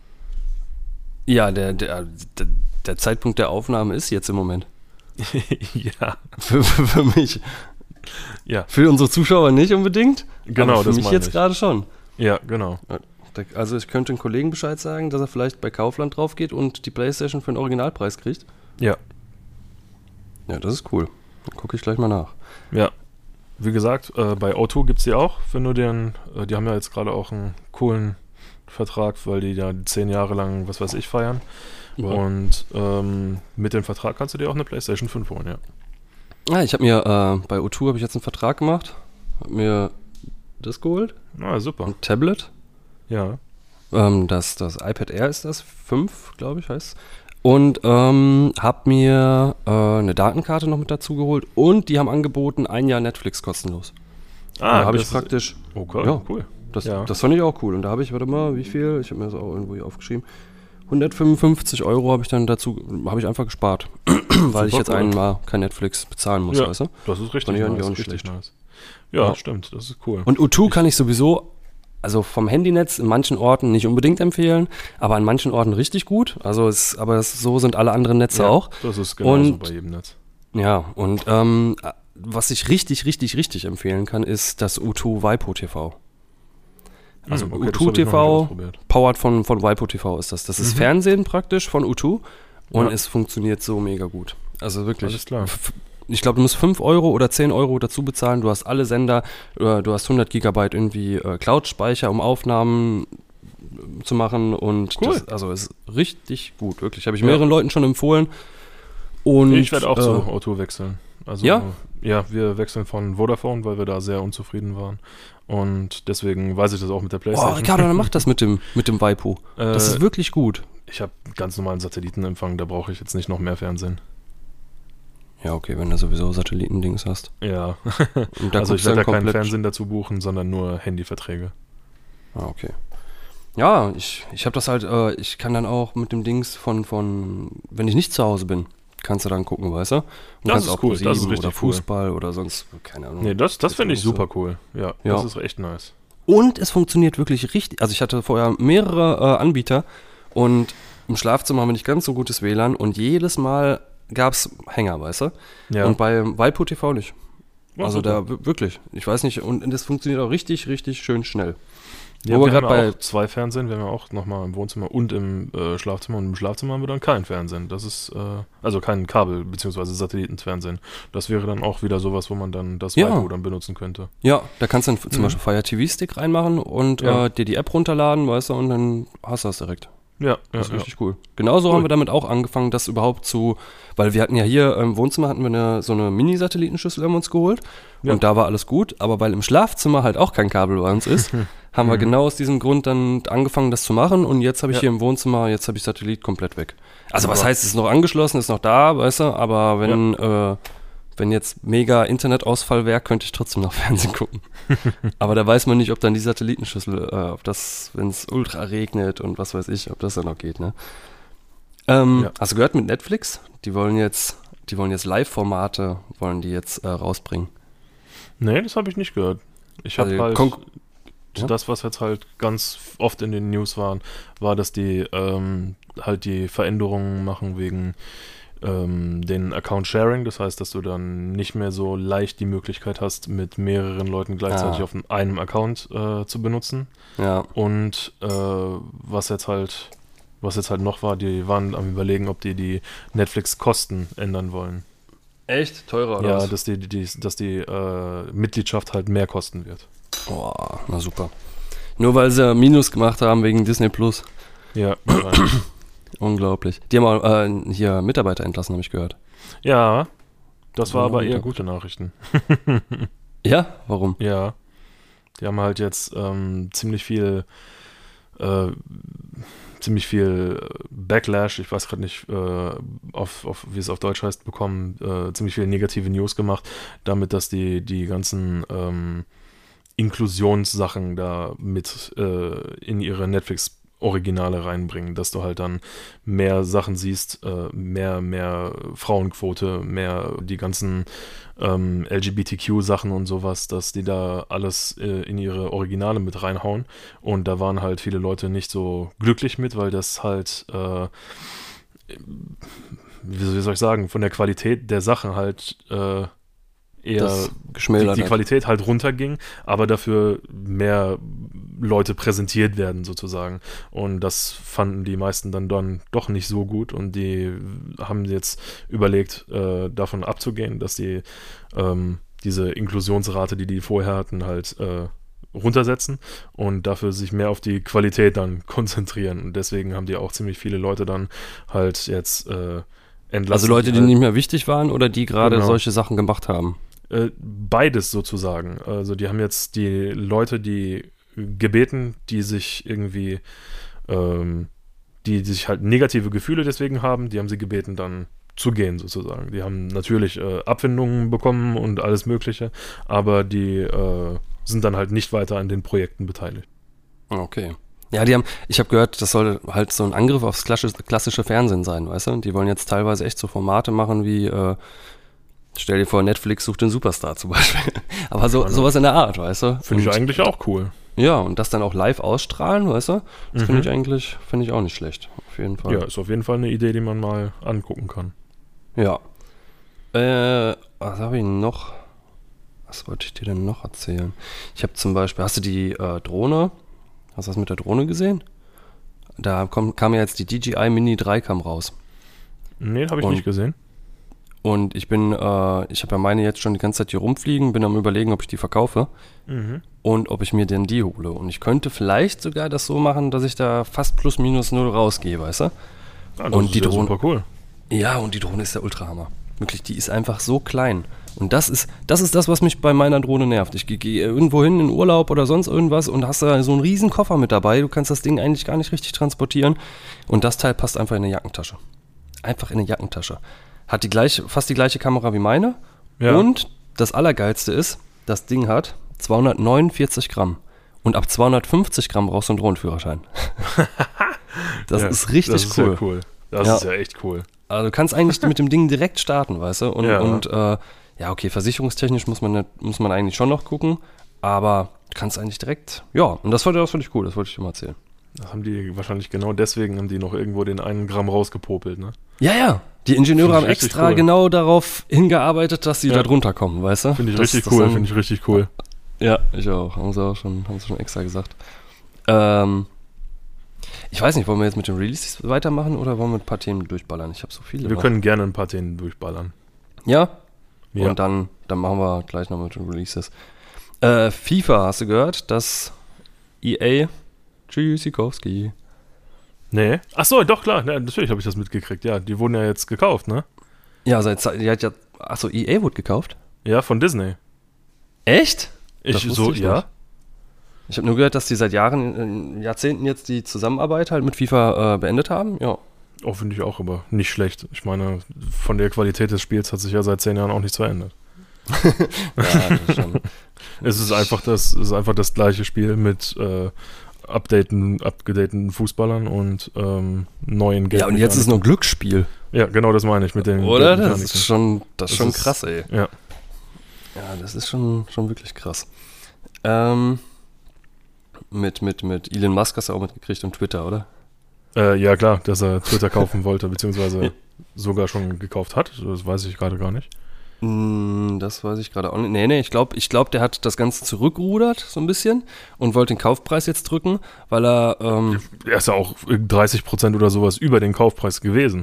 C: Ja, der, der, der, der Zeitpunkt der Aufnahme ist jetzt im Moment.
D: ja.
C: Für, für, für mich.
D: Ja.
C: Für unsere Zuschauer nicht unbedingt.
D: Genau,
C: aber für
D: das
C: mich
D: meine
C: jetzt
D: ich.
C: gerade schon.
D: Ja, genau.
C: Da- Also ich könnte einem Kollegen Bescheid sagen, dass er vielleicht bei Kaufland drauf geht und die Playstation für den Originalpreis kriegt.
D: Ja.
C: Ja, das ist cool. Dann gucke ich gleich mal nach.
D: Ja. Wie gesagt, äh, bei O zwei gibt es die auch, für nur den, äh, die haben ja jetzt gerade auch einen coolen Vertrag, weil die ja zehn Jahre lang, was weiß ich, feiern.
C: Ja.
D: Und ähm, mit dem Vertrag kannst du dir auch eine PlayStation fünf holen, ja.
C: Ja, ich habe mir äh, bei O zwei habe ich jetzt einen Vertrag gemacht. Hab mir das geholt,
D: Ah, super.
C: ein Tablet.
D: Ja.
C: Ähm, das, das iPad Air ist das, fünf, glaube ich, heißt. Und ähm, habe mir äh, eine Datenkarte noch mit dazu geholt und die haben angeboten, ein Jahr Netflix kostenlos.
D: Ah,
C: da habe ich
D: das-
C: praktisch,
D: Okay,
C: Ja.
D: cool.
C: das,
D: ja.
C: das fand ich auch cool. Und da habe ich, warte mal, wie viel? Ich habe mir das auch irgendwo hier aufgeschrieben. hundertfünfundfünfzig Euro habe ich dann dazu, habe ich einfach gespart, weil ich
D: Super
C: jetzt
D: cool.
C: einmal kein Netflix bezahlen muss,
D: Ja.
C: weißt du?
D: Das ist richtig
C: Fand ich eigentlich
D: nice,
C: auch nicht
D: richtig
C: schlecht.
D: nice. Ja,
C: Ja.
D: stimmt, das ist cool.
C: Und O zwei kann ich sowieso, also vom Handynetz in manchen Orten nicht unbedingt empfehlen, aber an manchen Orten richtig gut. Also es, aber es, so sind alle anderen Netze
D: ja,
C: auch.
D: Das ist genauso
C: Und-
D: bei jedem Netz.
C: Ja, und ähm, was ich richtig, richtig, richtig empfehlen kann, ist das U zwei Waipo T V. Also
D: Hm,
C: U
D: okay, das
C: zwei
D: hab ich noch nicht
C: T V,
D: ausprobiert.
C: powered von, von Waipo T V ist das. Das ist
D: Mhm.
C: Fernsehen praktisch von U zwei und
D: Ja.
C: es funktioniert so mega gut. Also wirklich.
D: Alles klar.
C: F- Ich glaube, du musst fünf Euro oder zehn Euro dazu bezahlen. Du hast alle Sender, äh, du hast hundert Gigabyte irgendwie äh, Cloud-Speicher, um Aufnahmen äh, zu machen. Und
D: Cool.
C: das, also ist richtig gut, wirklich. Habe ich
D: Ja.
C: mehreren Leuten schon empfohlen. Und,
D: Ich werde auch
C: äh,
D: zu O zwei wechseln. Also,
C: Ja?
D: Ja, wir wechseln von Vodafone, weil wir da sehr unzufrieden waren. Und deswegen weiß ich das auch mit der
C: Oh,
D: PlayStation.
C: Ricardo, dann mach das mit dem, mit dem Waipo. Das
D: Äh,
C: ist wirklich gut.
D: Ich habe ganz normalen Satellitenempfang, da brauche ich jetzt nicht noch mehr Fernsehen.
C: Ja, okay, wenn du sowieso Satellitendings hast.
D: Ja,
C: Und da
D: also ich
C: guckst du
D: werde da
C: dann
D: keinen
C: komplett-
D: Fernsehen dazu buchen, sondern nur Handyverträge.
C: Ah, okay. Ja, ich, ich habe das halt, äh, ich kann dann auch mit dem Dings von, von, wenn ich nicht zu Hause bin, kannst du dann gucken, weißt du? Und
D: Das
C: kannst
D: ist
C: auch
D: cool, das ist
C: ProSieben
D: richtig
C: oder Fußball oder sonst, keine Ahnung.
D: Nee, das, das finde ich
C: so.
D: super cool. Ja,
C: Ja.
D: das ist echt nice.
C: Und es funktioniert wirklich richtig. Also ich hatte vorher mehrere äh, Anbieter und im Schlafzimmer haben wir nicht ganz so gutes W L A N und jedes Mal gab es Hänger, weißt du?
D: Ja.
C: Und bei Waipu T V nicht.
D: Ja,
C: also
D: super.
C: da w- wirklich, ich weiß nicht, und das funktioniert auch richtig, richtig schön schnell.
D: Ja,
C: Wo wir
D: wir haben
C: grad bei-
D: auch zwei Fernsehen, wir haben ja auch nochmal im Wohnzimmer und im äh, Schlafzimmer. Und im Schlafzimmer haben wir dann kein Fernsehen. Das ist, äh, also kein Kabel- bzw. Satellitenfernsehen. Das wäre dann auch wieder sowas, wo man dann das
C: Ja.
D: Waipu dann benutzen könnte.
C: Ja, da kannst du dann zum
D: Mhm.
C: Beispiel Fire T V-Stick reinmachen und
D: Ja.
C: äh, dir die App runterladen, weißt du, und dann hast du das direkt.
D: Ja, ja,
C: Das ist
D: ja.
C: richtig cool. Genauso
D: Cool.
C: haben wir damit auch angefangen, das überhaupt zu, weil wir hatten ja hier im Wohnzimmer hatten wir eine, so eine Mini-Satellitenschüssel haben wir uns geholt
D: Ja.
C: und da war alles gut, aber weil im Schlafzimmer halt auch kein Kabel bei uns ist, haben wir genau aus diesem Grund dann angefangen, das zu machen und jetzt habe ich
D: Ja.
C: hier im Wohnzimmer, jetzt habe ich Satellit komplett weg. Also was
D: Super.
C: heißt, es ist noch angeschlossen, ist noch da, weißt du, aber wenn, äh, wenn jetzt mega Internetausfall wäre, könnte ich trotzdem noch Fernsehen gucken. Aber da weiß man nicht, ob dann die Satellitenschüssel, äh, ob das, wenn es ultra regnet und was weiß ich, ob das dann noch geht, ne? Ähm,
D: Ja.
C: Hast du gehört mit Netflix? Die wollen jetzt, die wollen jetzt Live-Formate, wollen die jetzt äh, rausbringen.
D: Nee, das habe ich nicht gehört. Ich habe
C: Also,
D: halt,
C: Konk-
D: so
C: Ja?
D: das, was jetzt halt ganz oft in den News waren, war, dass die ähm, halt die Veränderungen machen wegen ähm, den Account-Sharing. Das heißt, dass du dann nicht mehr so leicht die Möglichkeit hast, mit mehreren Leuten gleichzeitig
C: Ah.
D: auf einem Account äh, zu benutzen.
C: Ja.
D: Und äh, was jetzt halt was jetzt halt noch war, die waren am Überlegen, ob die die Netflix-Kosten ändern wollen.
C: Echt? Teurer oder
D: Ja,
C: was?
D: dass die, die, dass die äh, Mitgliedschaft halt mehr kosten wird.
C: Boah, na super. Nur weil sie Minus gemacht haben wegen Disney Plus.
D: Ja, wahrscheinlich.
C: Unglaublich. Die haben auch äh, hier Mitarbeiter entlassen, habe ich gehört.
D: Ja, das war aber eher
C: Ja.
D: gute Nachrichten.
C: Ja? Warum?
D: Ja, die haben halt jetzt ähm, ziemlich viel äh, ziemlich viel Backlash, ich weiß gerade nicht, äh, auf, auf, wie es auf Deutsch heißt, bekommen, äh, ziemlich viele negative News gemacht, damit, dass die, die ganzen ähm, Inklusionssachen da mit äh, in ihre Netflix-Originale reinbringen, dass du halt dann mehr Sachen siehst, äh, mehr, mehr Frauenquote, mehr die ganzen ähm, L G B T Q-Sachen und sowas, dass die da alles äh, in ihre Originale mit reinhauen. Und da waren halt viele Leute nicht so glücklich mit, weil das halt, äh, wie, wie soll ich sagen, von der Qualität der Sachen halt äh, eher
C: Das
D: die,
C: geschmälert
D: die
C: hat.
D: Qualität halt runterging, aber dafür mehr Leute präsentiert werden sozusagen. Und das fanden die meisten dann, dann doch nicht so gut und die haben jetzt überlegt, äh, davon abzugehen, dass die ähm, diese Inklusionsrate, die die vorher hatten, halt äh, runtersetzen und dafür sich mehr auf die Qualität dann konzentrieren. Und deswegen haben die auch ziemlich viele Leute dann halt jetzt äh, entlassen.
C: Also Leute, die
D: halt,
C: nicht mehr wichtig waren oder die gerade
D: Genau.
C: solche Sachen gemacht haben.
D: Äh, beides sozusagen. Also die haben jetzt die Leute, die gebeten, die sich irgendwie, ähm, die, die sich halt negative Gefühle deswegen haben, die haben sie gebeten, dann zu gehen sozusagen. Die haben natürlich äh, Abfindungen bekommen und alles Mögliche, aber die äh, sind dann halt nicht weiter an den Projekten beteiligt.
C: Okay. Ja, die haben, ich habe gehört, das soll halt so ein Angriff aufs klassische, klassische Fernsehen sein, weißt du? Und die wollen jetzt teilweise echt so Formate machen wie, äh, stell dir vor, Netflix sucht den Superstar zum Beispiel. Aber so, sowas in der Art, weißt du?
D: Finde ich
C: Und-
D: eigentlich auch cool.
C: Ja, und das dann auch live ausstrahlen, weißt du? Das
D: Mhm.
C: finde ich eigentlich, finde ich auch nicht schlecht. Auf jeden Fall.
D: Ja, ist auf jeden Fall eine Idee, die man mal angucken kann.
C: Ja. Äh, was habe ich noch? Was wollte ich dir denn noch erzählen? Ich habe zum Beispiel, hast du die äh, Drohne? Hast du das mit der Drohne gesehen? Da komm, kam ja jetzt die D J I Mini drei kam raus.
D: Nee, habe ich
C: Und-
D: nicht gesehen.
C: Und ich bin, äh, ich habe ja meine jetzt schon die ganze Zeit hier rumfliegen, bin am Überlegen, ob ich die verkaufe
D: Mhm.
C: und ob ich mir denn die hole. Und ich könnte vielleicht sogar das so machen, dass ich da fast plus minus null rausgehe, weißt du?
D: Ah, das
C: Und
D: ist
C: die
D: ja
C: Drohne-
D: super cool.
C: Ja, und die Drohne ist der Ultrahammer. Wirklich, die ist einfach so klein. Und das ist, das ist das, was mich bei meiner Drohne nervt. Ich gehe geh irgendwo hin in Urlaub oder sonst irgendwas und hast da so einen riesen Koffer mit dabei. Du kannst das Ding eigentlich gar nicht richtig transportieren. Und das Teil passt einfach in eine Jackentasche. Einfach in eine Jackentasche. Hat die gleiche, fast die gleiche Kamera wie meine.
D: Ja.
C: Und das Allergeilste ist, das Ding hat zweihundertneunundvierzig Gramm. Und ab zweihundertfünfzig Gramm brauchst du einen Drohnenführerschein. das
D: Ja,
C: ist richtig
D: das ist
C: cool.
D: Ja cool. Das
C: Ja.
D: ist ja echt cool.
C: Also du kannst eigentlich mit dem Ding direkt starten, weißt du? Und
D: Ja.
C: ja, und, äh, ja okay, versicherungstechnisch muss man, nicht, muss man eigentlich schon noch gucken, aber du kannst eigentlich direkt, ja, und das wollte das fand ich cool, das wollte ich dir mal erzählen.
D: Das haben die wahrscheinlich genau deswegen, haben die noch irgendwo den einen Gramm rausgepopelt, ne?
C: Ja, ja, die Ingenieure
D: Find ich
C: haben
D: richtig
C: extra
D: cool.
C: genau darauf hingearbeitet, dass sie
D: Ja.
C: da drunter kommen, weißt du?
D: Finde ich
C: Das-
D: richtig
C: das
D: cool,
C: dann-
D: finde ich richtig cool.
C: Ja, ich auch, haben sie auch schon, haben sie schon extra gesagt. Ähm, ich weiß nicht, wollen wir jetzt mit den Releases weitermachen oder wollen wir ein paar Themen durchballern? Ich habe so viele.
D: Wir
C: noch.
D: können gerne ein paar Themen durchballern.
C: Ja?
D: Ja.
C: Und dann, dann machen wir gleich noch mit den Releases. Äh, FIFA, hast du gehört, dass E A, Tschüssikowski.
D: Nee. Ach so, doch, klar. Ja, natürlich habe ich das mitgekriegt. Ja, die wurden ja jetzt gekauft, ne?
C: Ja, seit Zeit, die hat ja, achso, E A wurde gekauft?
D: Ja, von Disney.
C: Echt?
D: Ich
C: Das wusste
D: so,
C: ich
D: ja.
C: nicht. Ich habe nur gehört, dass die seit Jahren, äh, Jahrzehnten jetzt die Zusammenarbeit halt mit FIFA äh, beendet haben. Ja.
D: Oh, finde ich auch, aber nicht schlecht. Ich meine, von der Qualität des Spiels hat sich ja seit zehn Jahren auch nichts verändert.
C: Ja, das ist schon.
D: Es ist einfach das, es ist einfach das gleiche Spiel mit äh, updaten, abgedateten Fußballern und ähm, neuen
C: Ja, und jetzt ist noch Glücksspiel.
D: Ja, genau das meine ich mit den
C: Oder? Das
D: Geldmechaniken.
C: ist schon, das ist
D: Das
C: schon
D: ist-
C: krass, ey.
D: Ja.
C: Ja, das ist schon, schon wirklich krass. Ähm, mit, mit, mit Elon Musk hast du auch mitgekriegt und Twitter, oder?
D: Äh, ja, klar, dass er Twitter kaufen wollte, beziehungsweise
C: Ja.
D: sogar schon gekauft hat. Das weiß ich gerade gar nicht.
C: Mm, Das weiß ich gerade auch nicht. Nee, nee, ich glaube, ich glaub, der hat das Ganze zurückgerudert, so ein bisschen, und wollte den Kaufpreis jetzt drücken, weil er, ähm,
D: Er ist ja auch dreißig Prozent oder sowas über den Kaufpreis gewesen.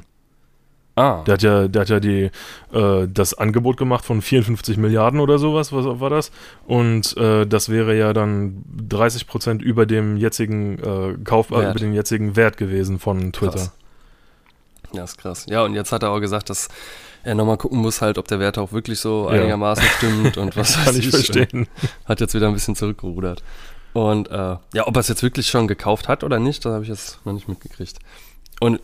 C: ah,
D: Der hat ja, der hat ja die, äh, das Angebot gemacht von vierundfünfzig Milliarden oder sowas, was war das? Und äh, das wäre ja dann dreißig Prozent über dem jetzigen äh, Kauf, äh,
C: Wert.
D: über den jetzigen Wert gewesen von Twitter.
C: Krass. Ja, ist krass. Ja, und jetzt hat er auch gesagt, dass er nochmal gucken muss halt, ob der Wert auch wirklich so
D: Ja.
C: einigermaßen stimmt und was
D: Kann
C: weiß
D: ich verstehen.
C: Hat jetzt wieder ein bisschen zurückgerudert. Und äh, ja, ob er es jetzt wirklich schon gekauft hat oder nicht, das habe ich jetzt noch nicht mitgekriegt. Und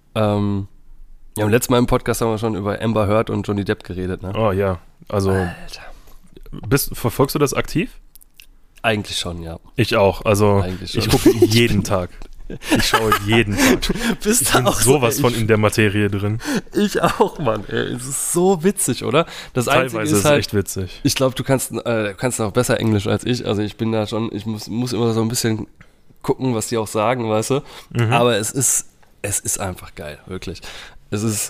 C: ähm, ja, im letzten Mal im Podcast haben wir schon über Amber Heard und Johnny Depp geredet, ne?
D: Oh ja, also
C: Alter.
D: bist, verfolgst du das aktiv?
C: Eigentlich schon, ja.
D: Ich auch, also
C: Eigentlich schon.
D: ich gucke jeden Tag. Ich schaue jeden Tag.
C: Bist
D: Ich bin sowas von in der Materie drin.
C: Ich auch, Mann. Ey, es ist so witzig, oder? Das Einzige
D: Teilweise
C: ist
D: ist es
C: halt,
D: echt witzig.
C: ich glaube, du kannst, äh, kannst noch besser Englisch als ich. Also ich bin da schon, ich muss, muss immer so ein bisschen gucken, was die auch sagen, weißt du.
D: Mhm.
C: Aber es ist, es ist einfach geil, wirklich. Es ist,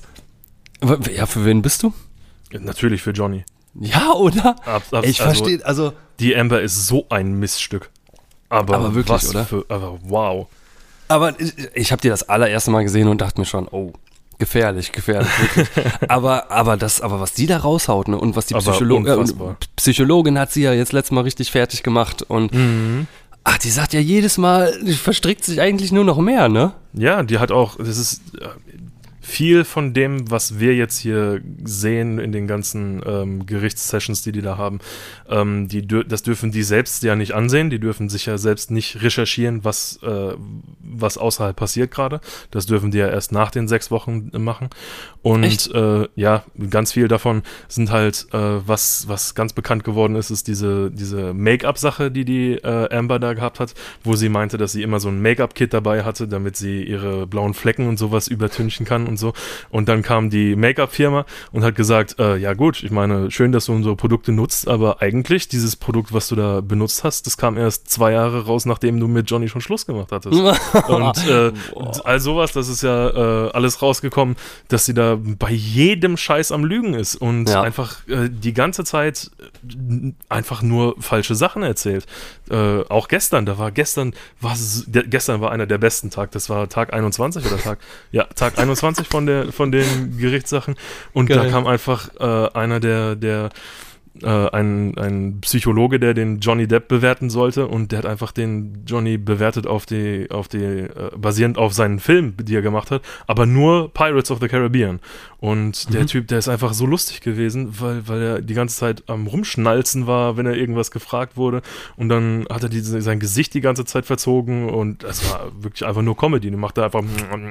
C: w- ja, für wen bist du?
D: Natürlich für Johnny.
C: Ja, oder?
D: Ab, ab,
C: Ich
D: also,
C: verstehe, also,
D: Die Amber ist so ein Miststück. Aber,
C: Aber wirklich,
D: was
C: oder?
D: Für, aber wow.
C: aber ich, ich habe dir das allererste Mal gesehen und dachte mir schon, oh, gefährlich, gefährlich, wirklich. aber, aber das, aber was die da raushaut, ne, und was die
D: Aber
C: Psychologin, äh,
D: unfassbar.
C: und Psychologin hat sie ja jetzt letztes Mal richtig fertig gemacht und,
D: Mhm.
C: ach, die sagt ja jedes Mal, die verstrickt sich eigentlich nur noch mehr, ne?
D: Ja, die hat auch, das ist äh, viel von dem, was wir jetzt hier sehen in den ganzen ähm, Gerichtssessions, die die da haben, ähm, die dür- das dürfen die selbst ja nicht ansehen, die dürfen sich ja selbst nicht recherchieren, was, äh, was außerhalb passiert gerade. Das dürfen die ja erst nach den sechs Wochen äh, machen. Und
C: Echt?
D: äh, ja, ganz viel davon sind halt, äh, was, was ganz bekannt geworden ist, ist diese, diese Make-up-Sache, die die äh, Amber da gehabt hat, wo sie meinte, dass sie immer so ein Make-up-Kit dabei hatte, damit sie ihre blauen Flecken und sowas übertünchen kann und so. Und dann kam die Make-up-Firma und hat gesagt, äh, ja gut, ich meine, schön, dass du unsere Produkte nutzt, aber eigentlich dieses Produkt, was du da benutzt hast, das kam erst zwei Jahre raus, nachdem du mit Johnny schon Schluss gemacht hattest. Und äh, all sowas, das ist ja äh, alles rausgekommen, dass sie da bei jedem Scheiß am Lügen ist und
C: Ja.
D: einfach äh, die ganze Zeit äh, einfach nur falsche Sachen erzählt. Äh, auch gestern, da war gestern, war s- der, gestern war einer der besten Tag, das war Tag einundzwanzig oder Tag, ja, Tag einundzwanzig von der von den Gerichtssachen und
C: Geil.
D: da kam einfach äh, einer der, der äh, ein, ein Psychologe, der den Johnny Depp bewerten sollte und der hat einfach den Johnny bewertet auf die, auf die, äh, basierend auf seinen Film, die er gemacht hat, aber nur Pirates of the Caribbean. Und der Typ, der ist einfach so lustig gewesen, weil, weil er die ganze Zeit am Rumschnalzen war, wenn er irgendwas gefragt wurde und dann hat er diese, sein Gesicht die ganze Zeit verzogen und das war wirklich einfach nur Comedy. Den macht er einfach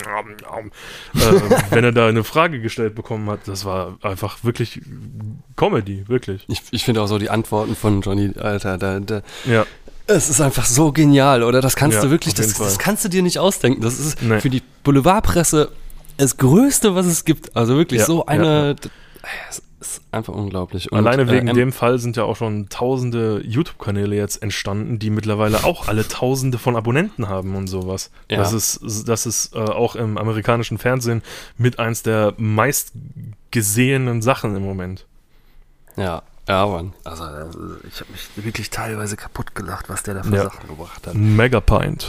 D: äh, wenn er da eine Frage gestellt bekommen hat, das war einfach wirklich Comedy, wirklich.
C: Ich, ich finde auch so die Antworten von Johnny, Alter, da, da,
D: Ja,
C: es ist einfach so genial, oder? Das kannst
D: Ja,
C: du wirklich,
D: auf jeden
C: das, das
D: Fall.
C: kannst du dir nicht ausdenken. Das ist
D: Nee.
C: für die Boulevardpresse das Größte, was es gibt. Also wirklich
D: Ja,
C: so eine,
D: ja, ja.
C: es ist einfach unglaublich. Und,
D: Alleine wegen
C: äh,
D: dem Fall sind ja auch schon tausende YouTube-Kanäle jetzt entstanden, die mittlerweile auch alle tausende von Abonnenten haben und sowas.
C: Ja.
D: Das ist, das ist äh, auch im amerikanischen Fernsehen mit eins der meistgesehenen Sachen im Moment.
C: Ja, ja, Mann. Also ich habe mich wirklich teilweise kaputt gelacht, was der da für
D: Ja.
C: Sachen gebracht hat.
D: Megapint.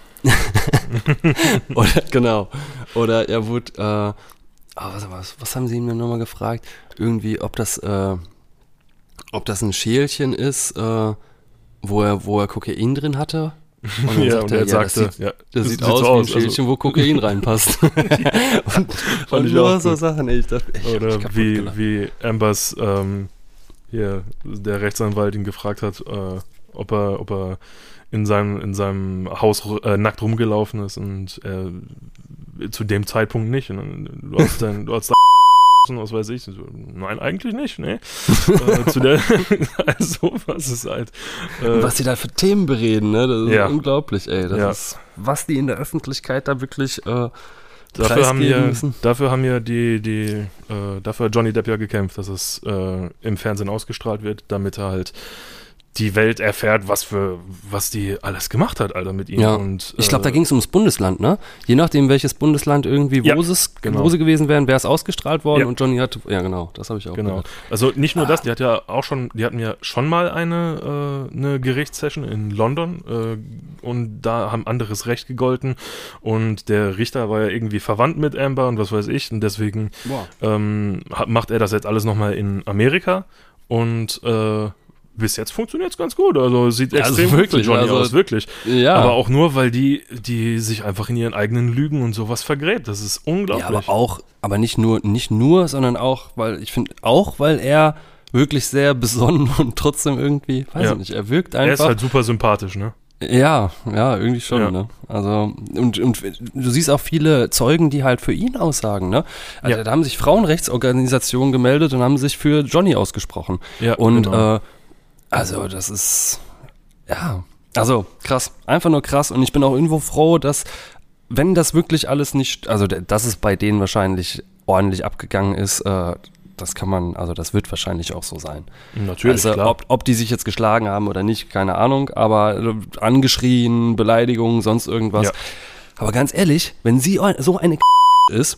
C: Oder, genau. Oder er wurde, äh, oh, was, was, was haben sie ihm denn nochmal gefragt? Irgendwie, ob das, äh, ob das ein Schälchen ist, äh, wo er, wo er Kokain drin hatte. Und dann
D: Ja,
C: sagt
D: und
C: er,
D: er
C: ja,
D: sagte,
C: das sieht,
D: ja,
C: das
D: das
C: sieht
D: sieht
C: aus
D: so
C: wie ein
D: aus, also-
C: Schälchen, wo Kokain reinpasst. und und
D: ich
C: nur
D: auch
C: so
D: gut.
C: Sachen, ey, ich dachte, ich hab mich
D: Oder
C: kaputt
D: wie,
C: gelacht.
D: wie Ambers, ähm, hier, der Rechtsanwalt ihn gefragt hat, äh, ob er, ob er in seinem, in seinem Haus äh, nackt rumgelaufen ist und er zu dem Zeitpunkt nicht. Und dann, du hast dann, du hast da was weiß ich. So, nein, eigentlich nicht, ne? äh, zu der, also, was ist halt. Äh,
C: Was die da für Themen bereden, ne? Das ist
D: Ja.
C: unglaublich, ey. Das
D: Ja.
C: ist, was die in der Öffentlichkeit da wirklich äh,
D: Dafür haben,
C: preisgeben
D: ja,
C: müssen.
D: dafür haben ja die, die, äh, dafür hat Johnny Depp ja gekämpft, dass es äh, im Fernsehen ausgestrahlt wird, damit er halt die Welt erfährt, was für, was die alles gemacht hat, Alter, mit ihm.
C: Ja.
D: Und,
C: Ich glaube,
D: äh,
C: da ging es ums Bundesland, ne? Je nachdem, welches Bundesland irgendwie, wo,
D: Ja,
C: es,
D: genau.
C: wo sie gewesen wären, wäre es ausgestrahlt worden
D: Ja.
C: und Johnny hat, ja genau, das habe ich auch
D: Genau.
C: gehört.
D: Also nicht nur das, die hat ja auch schon, die hatten ja schon mal eine, äh, eine Gerichtssession in London äh, und da haben anderes Recht gegolten und der Richter war ja irgendwie verwandt mit Amber und was weiß ich und deswegen
C: Boah.
D: ähm, hat, macht er das jetzt alles nochmal in Amerika und äh, bis jetzt funktioniert es ganz gut. Also sieht
C: Ja, also
D: extrem gut
C: wirklich,
D: für Johnny
C: also-
D: aus, wirklich.
C: Ja,
D: Aber auch nur, weil die, die sich einfach in ihren eigenen Lügen und sowas vergräbt. Das ist unglaublich.
C: ja, aber auch, aber nicht nur, nicht nur, sondern auch, weil ich finde, auch weil er wirklich sehr besonnen und trotzdem irgendwie, weiß
D: Ja.
C: ich nicht, er wirkt
D: er ist
C: einfach.
D: halt super sympathisch, ne?
C: Ja, ja, irgendwie schon,
D: Ja.
C: ne? Also, und, und du siehst auch viele Zeugen, die halt für ihn aussagen, ne? Also
D: Ja.
C: da haben sich Frauenrechtsorganisationen gemeldet und haben sich für Johnny ausgesprochen.
D: Ja,
C: Und
D: genau.
C: äh, also das ist, ja, also krass, einfach nur krass. Und ich bin auch irgendwo froh, dass, wenn das wirklich alles nicht, also d- dass es bei denen wahrscheinlich ordentlich abgegangen ist, äh, das kann man, also das wird wahrscheinlich auch so sein.
D: Natürlich,
C: Also
D: klar.
C: ob, ob die sich jetzt geschlagen haben oder nicht, keine Ahnung, aber äh, angeschrien, Beleidigungen, sonst irgendwas.
D: Ja.
C: Aber ganz ehrlich, wenn sie so eine ist,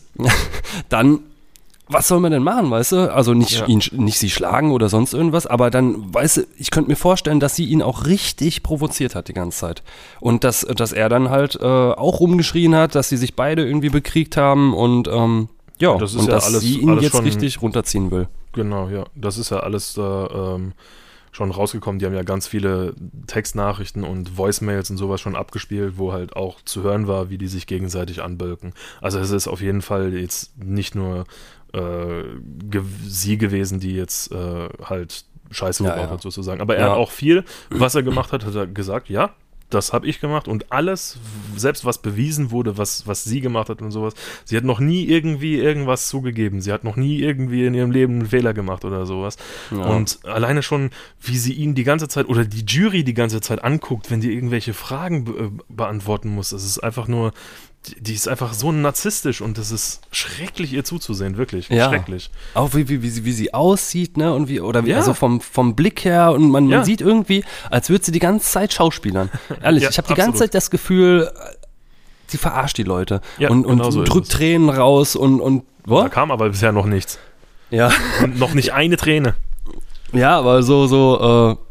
C: dann was soll man denn machen, weißt du? Also nicht,
D: Ja.
C: ihn, nicht sie schlagen oder sonst irgendwas, aber dann, weißt du, ich könnte mir vorstellen, dass sie ihn auch richtig provoziert hat die ganze Zeit. Und dass, dass er dann halt äh, auch rumgeschrien hat, dass sie sich beide irgendwie bekriegt haben und ähm, ja,
D: Das ist
C: und
D: ja
C: dass
D: alles-
C: sie ihn
D: alles
C: jetzt
D: schon-
C: richtig runterziehen will.
D: Genau, ja. Das ist ja alles da ähm, schon rausgekommen. Die haben ja ganz viele Textnachrichten und Voicemails und sowas schon abgespielt, wo halt auch zu hören war, wie die sich gegenseitig anbölken. Also es ist auf jeden Fall jetzt nicht nur äh, ge- sie gewesen, die jetzt äh, halt Scheiße
C: Ja,
D: gebaut
C: ja.
D: hat sozusagen. Aber er
C: Ja.
D: hat auch viel, was er gemacht hat, hat er gesagt, ja, das habe ich gemacht und alles, selbst was bewiesen wurde, was, was sie gemacht hat und sowas, sie hat noch nie irgendwie irgendwas zugegeben. Sie hat noch nie irgendwie in ihrem Leben einen Fehler gemacht oder sowas.
C: Ja.
D: Und alleine schon, wie sie ihn die ganze Zeit oder die Jury die ganze Zeit anguckt, wenn die irgendwelche Fragen be äh, beantworten muss, das ist einfach nur, die, die ist einfach so narzisstisch und das ist schrecklich ihr zuzusehen, wirklich,
C: Ja.
D: schrecklich.
C: Auch wie, wie, wie, sie, wie sie aussieht, ne? Und wie, oder wie,
D: Ja.
C: also vom, vom Blick her und man,
D: Ja.
C: man sieht irgendwie, als würde sie die ganze Zeit schauspielern. Ehrlich,
D: Ja,
C: ich habe die ganze
D: absolut.
C: Zeit das Gefühl, sie verarscht die Leute
D: Ja,
C: und, und
D: genau so ist
C: drückt
D: es.
C: Tränen raus und, und
D: Da
C: wo?
D: kam aber bisher noch nichts.
C: Ja.
D: Und noch nicht eine Träne.
C: Ja, aber so, so, äh,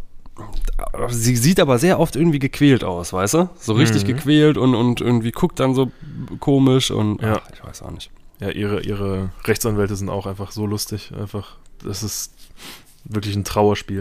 C: sie sieht aber sehr oft irgendwie gequält aus, weißt du? So richtig
D: Mhm.
C: gequält und, und irgendwie guckt dann so komisch und
D: Ja.
C: ach, ich weiß auch nicht.
D: Ja, ihre, ihre Rechtsanwälte sind auch einfach so lustig. Einfach, das ist wirklich ein Trauerspiel.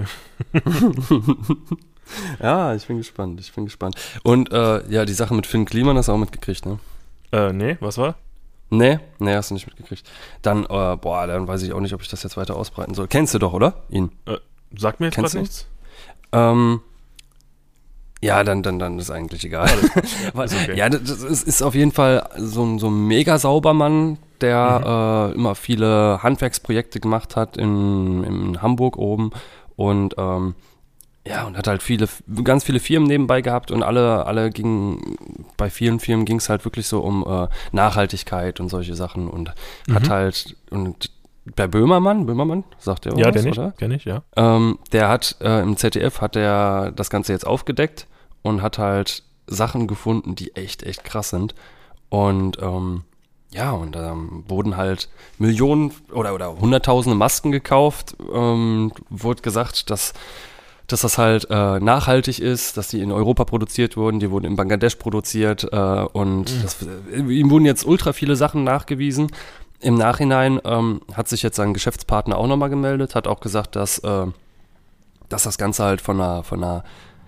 C: Ja, ich bin gespannt, ich bin gespannt. Und äh, ja, die Sache mit Finn Kliman hast du auch mitgekriegt, ne?
D: Äh, nee, was war?
C: Nee, nee, hast du nicht mitgekriegt. Dann, äh, boah, dann weiß ich auch nicht, ob ich das jetzt weiter ausbreiten soll. Kennst du doch, oder? Ihn.
D: Äh, sag mir jetzt
C: Kennst
D: grad
C: du?
D: nichts.
C: Ähm, ja, dann, dann, dann ist eigentlich egal. Weil,
D: Ist okay.
C: Ja, das ist, ist auf jeden Fall so, ein- so ein mega sauber Mann, der äh, immer viele Handwerksprojekte gemacht hat in, in Hamburg oben und ähm, ja, und hat halt viele, ganz viele Firmen nebenbei gehabt und alle, alle gingen bei vielen Firmen ging es halt wirklich so um äh, Nachhaltigkeit und solche Sachen und mhm. hat halt, und bei Böhmermann, Böhmermann, sagt er auch
D: ja,
C: was,
D: den ich,
C: oder?
D: kenn ich, ja.
C: Ähm, der hat äh, im Z D F hat er das Ganze jetzt aufgedeckt und hat halt Sachen gefunden, die echt, echt krass sind. Und ähm, ja, und da ähm, wurden halt Millionen oder, oder Hunderttausende Masken gekauft. Ähm, wurde gesagt, dass, dass das halt äh, nachhaltig ist, dass die in Europa produziert wurden, die wurden in Bangladesch produziert äh, und mhm. das, äh, ihm wurden jetzt ultra viele Sachen nachgewiesen. Im Nachhinein ähm, hat sich jetzt sein Geschäftspartner auch nochmal gemeldet, hat auch gesagt, dass, äh, dass das Ganze halt von einer, von einer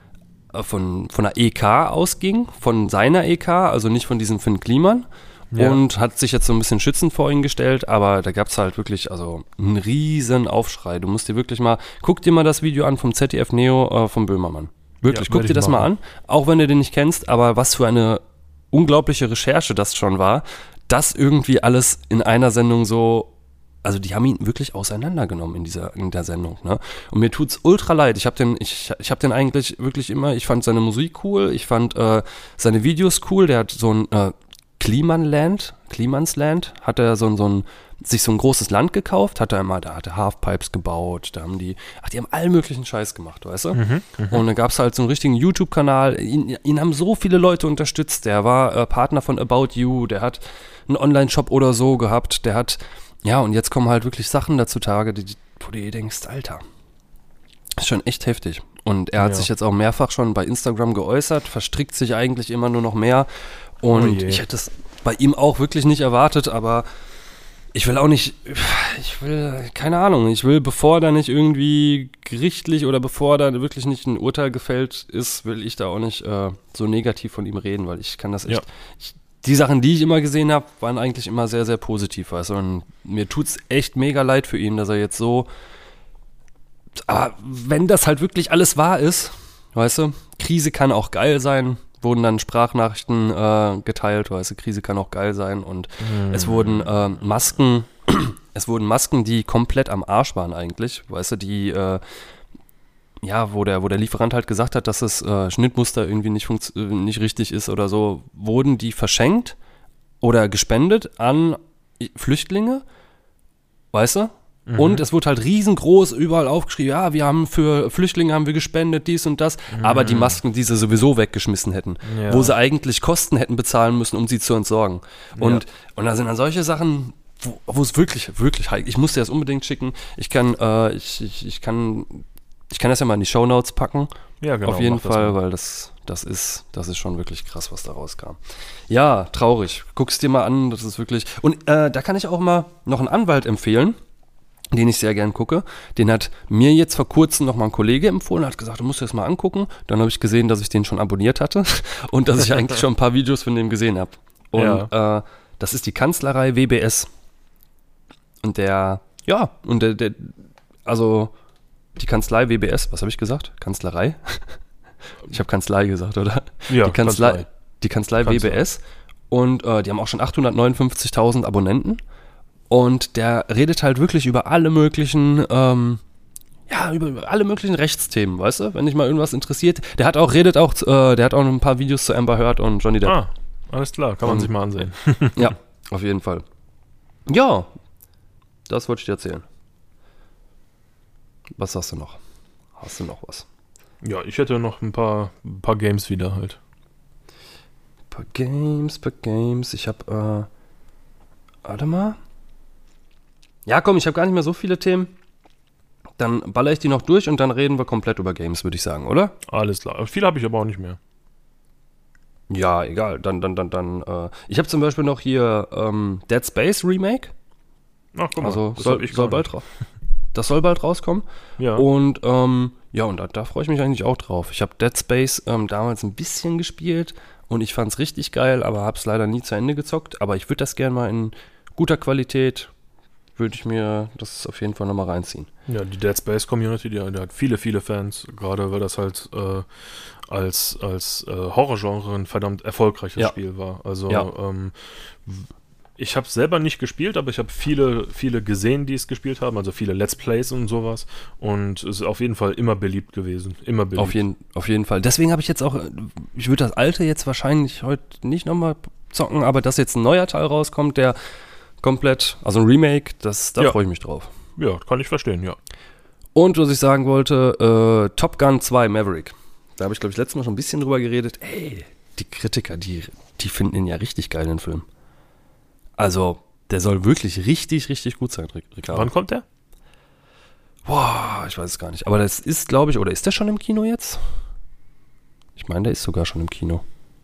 C: Von, von der E K ausging, von seiner E K, also nicht von diesem Finn Kliman. Ja. Und hat sich jetzt so ein bisschen schützend vor ihn gestellt, aber da gab es halt wirklich also einen riesen Aufschrei. Du musst dir wirklich mal, guck dir mal das Video an vom Z D F Neo äh, vom Böhmermann. Wirklich, ja, guck dir das machen. mal an, auch wenn du den nicht kennst, aber was für eine unglaubliche Recherche das schon war, das irgendwie alles in einer Sendung so. Also die haben ihn wirklich auseinandergenommen in dieser in der Sendung, ne? Und mir tut's ultra leid. Ich habe den ich ich habe den eigentlich wirklich immer, ich fand seine Musik cool, ich fand äh, seine Videos cool. Der hat so ein äh, Klimanland, Klimansland, hat er so ein so ein sich so ein großes Land gekauft, hat er immer, da hat er Halfpipes gebaut, da haben die, ach, die haben allen möglichen Scheiß gemacht, weißt du? Mhm, und dann gab's halt so einen richtigen YouTube-Kanal, ihn, ihn haben so viele Leute unterstützt, der war äh, Partner von About You, der hat einen Online-Shop oder so gehabt, der hat ja, und jetzt kommen halt wirklich Sachen dazu Tage, die, wo du dir denkst, Alter, ist schon echt heftig. Und er hat ja. sich jetzt auch mehrfach schon bei Instagram geäußert, verstrickt sich eigentlich immer nur noch mehr. Und oh ich hätte es bei ihm auch wirklich nicht erwartet, aber ich will auch nicht, ich will, keine Ahnung, ich will, bevor da nicht irgendwie gerichtlich oder bevor da wirklich nicht ein Urteil gefällt ist, will ich da auch nicht äh, so negativ von ihm reden, weil ich kann das echt, ja. ich, die Sachen, die ich immer gesehen habe, waren eigentlich immer sehr, sehr positiv, weißt du, und mir tut's echt mega leid für ihn, dass er jetzt so, aber wenn das halt wirklich alles wahr ist, weißt du, Krise kann auch geil sein, wurden dann Sprachnachrichten äh, geteilt, weißt du, Krise kann auch geil sein und mhm. es wurden äh, Masken, es wurden Masken, die komplett am Arsch waren eigentlich, weißt du, die, äh, ja, wo der, wo der Lieferant halt gesagt hat, dass das äh, Schnittmuster irgendwie nicht, funktio- nicht richtig ist oder so, wurden die verschenkt oder gespendet an Flüchtlinge, weißt du? Mhm. Und es wurde halt riesengroß überall aufgeschrieben, ja, wir haben für Flüchtlinge haben wir gespendet, dies und das, mhm. aber die Masken, die sie sowieso weggeschmissen hätten, ja. wo sie eigentlich Kosten hätten bezahlen müssen, um sie zu entsorgen. Und, ja. und da sind dann solche Sachen, wo, wo es wirklich, wirklich, ich muss dir das unbedingt schicken, ich kann, äh, ich, ich, ich kann Ich kann das ja mal in die Shownotes packen. Ja, genau. Auf jeden Fall, weil das, das ist, das ist schon wirklich krass, was da rauskam. Ja, traurig. Guck's dir mal an, das ist wirklich. Und äh, da kann ich auch mal noch einen Anwalt empfehlen, den ich sehr gern gucke. Den hat mir jetzt vor kurzem noch mal ein Kollege empfohlen, hat gesagt, du musst dir das mal angucken. Dann habe ich gesehen, dass ich den schon abonniert hatte und dass ich eigentlich schon ein paar Videos von dem gesehen habe. Und ja. äh, das ist die Kanzlerei W B S. Und der, ja, und der, der also die Kanzlei W B S, was habe ich gesagt? Kanzlerei? Ich habe Kanzlei gesagt, oder?
D: Ja,
C: die Kanzlei,
D: Kanzlei.
C: Die Kanzlei Kanzlei. W B S. Und äh, die haben auch schon achthundertneunundfünfzigtausend Abonnenten. Und der redet halt wirklich über alle möglichen, ähm, ja, über alle möglichen Rechtsthemen, weißt du? Wenn dich mal irgendwas interessiert. Der hat auch, redet auch, äh, der hat auch noch ein paar Videos zu Amber Heard und Johnny Depp.
D: Ah, alles klar, kann man und, sich mal ansehen.
C: Ja, auf jeden Fall. Ja, das wollte ich dir erzählen. Was hast du noch? Hast du noch was?
D: Ja, ich hätte noch ein paar, ein paar Games wieder halt.
C: Ein paar Games, paar Games. Ich hab, äh, warte mal. Ja, komm, ich habe gar nicht mehr so viele Themen. Dann baller ich die noch durch und dann reden wir komplett über Games, würde ich sagen, oder?
D: Alles klar. Viel habe ich aber auch nicht mehr.
C: Ja, egal. Dann, dann, dann, dann. Äh, ich habe zum Beispiel noch hier ähm, Dead Space Remake.
D: Ach, guck mal.
C: Also soll, soll bald raus. Das soll bald rauskommen.
D: Ja.
C: Und ähm, ja, und da, da freue ich mich eigentlich auch drauf. Ich habe Dead Space ähm, damals ein bisschen gespielt und ich fand es richtig geil, aber habe es leider nie zu Ende gezockt. Aber ich würde das gerne mal in guter Qualität, würde ich mir das auf jeden Fall nochmal reinziehen.
D: Ja, die Dead Space Community, die, die hat viele, viele Fans, gerade weil das halt äh, als, als äh, Horrorgenre ein verdammt erfolgreiches
C: ja.
D: Spiel war. Also
C: ja.
D: ähm, Ich habe es selber nicht gespielt, aber ich habe viele, viele gesehen, die es gespielt haben, also viele Let's Plays und sowas. Und es ist auf jeden Fall immer beliebt gewesen. Immer beliebt.
C: Auf jeden, auf jeden Fall. Deswegen habe ich jetzt auch, ich würde das alte jetzt wahrscheinlich heute nicht nochmal zocken, aber dass jetzt ein neuer Teil rauskommt, der komplett, also ein Remake, das, da
D: Ja.
C: freue ich mich drauf.
D: Ja, kann ich verstehen, ja.
C: Und was ich sagen wollte, äh, Top Gun zwei Maverick. Da habe ich, glaube ich, letztes Mal schon ein bisschen drüber geredet. Ey, die Kritiker, die, die finden ihn ja richtig geil, den Film. Also, der soll wirklich richtig, richtig gut sein, Ricardo.
D: Wann kommt der?
C: Boah, ich weiß es gar nicht. Aber das ist, glaube ich, oder ist der schon im Kino jetzt? Ich meine, der ist sogar schon im Kino.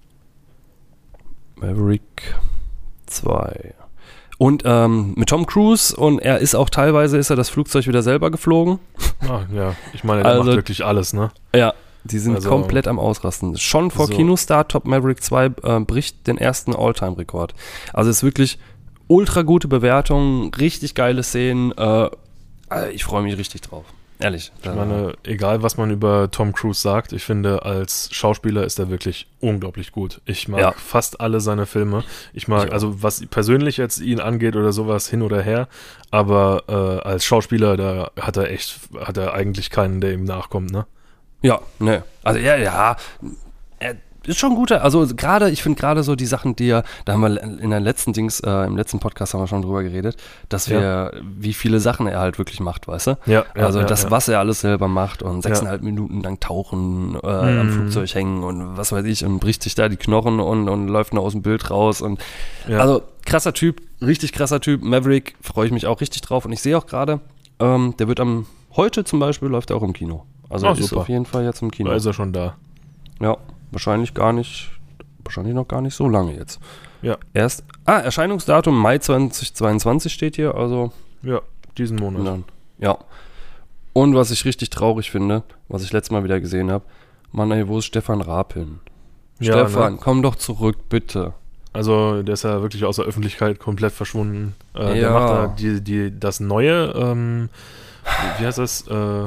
C: Maverick zwei. Und ähm, mit Tom Cruise, und er ist auch teilweise, ist er das Flugzeug wieder selber geflogen.
D: Ah, ja, ich meine, der
C: Also-
D: macht wirklich alles, ne?
C: Ja, die sind
D: Also-
C: komplett am Ausrasten. Schon vor
D: So.
C: Kinostart, Top Maverick zwei äh, bricht den ersten All-Time-Rekord. Also es ist wirklich ultra gute Bewertungen, richtig geile Szenen. Äh, äh, ich freue mich richtig drauf. Ehrlich.
D: Ich meine, egal was man über Tom Cruise sagt, ich finde, als Schauspieler ist er wirklich unglaublich gut. Ich mag
C: Ja.
D: fast alle seine Filme. Ich mag,
C: Ich auch.
D: also was persönlich jetzt ihn angeht oder sowas, hin oder her, aber äh, als Schauspieler, da hat er echt, hat er eigentlich keinen, der ihm nachkommt, ne?
C: Ja, ne. Also ja, ja. Er ist schon ein guter, also gerade, ich finde gerade so die Sachen, die er, da haben wir in der letzten Dings, äh, im letzten Podcast haben wir schon drüber geredet, dass wir,
D: Ja.
C: wie viele Sachen er halt wirklich macht, weißt du?
D: Ja, ja,
C: Also
D: ja,
C: das,
D: ja.
C: was er alles selber macht und sechseinhalb Minuten lang tauchen, äh, am
D: Mhm.
C: Flugzeug hängen und was weiß ich, und bricht sich da die Knochen und, und läuft noch aus dem Bild raus und
D: Ja.
C: also krasser Typ, richtig krasser Typ, Maverick, freue ich mich auch richtig drauf und ich sehe auch gerade, ähm, der wird am, heute zum Beispiel läuft er auch im Kino. Also
D: Ah,
C: er ist
D: super.
C: auf jeden Fall jetzt im Kino.
D: Da ist er schon da.
C: Ja, wahrscheinlich gar nicht, wahrscheinlich noch gar nicht so lange jetzt.
D: Ja.
C: Erst, ah, Erscheinungsdatum Mai zweitausendzweiundzwanzig steht hier, also
D: Ja, diesen Monat.
C: dann, ja. Und was ich richtig traurig finde, was ich letztes Mal wieder gesehen habe, Mann, ey, wo ist Stefan Raab hin?
D: Ja,
C: Stefan,
D: ne?
C: komm doch zurück, bitte.
D: Also der ist ja wirklich aus der Öffentlichkeit komplett verschwunden. Äh, Der
C: Ja.
D: macht da die, die, das neue, ähm, wie heißt das? Äh,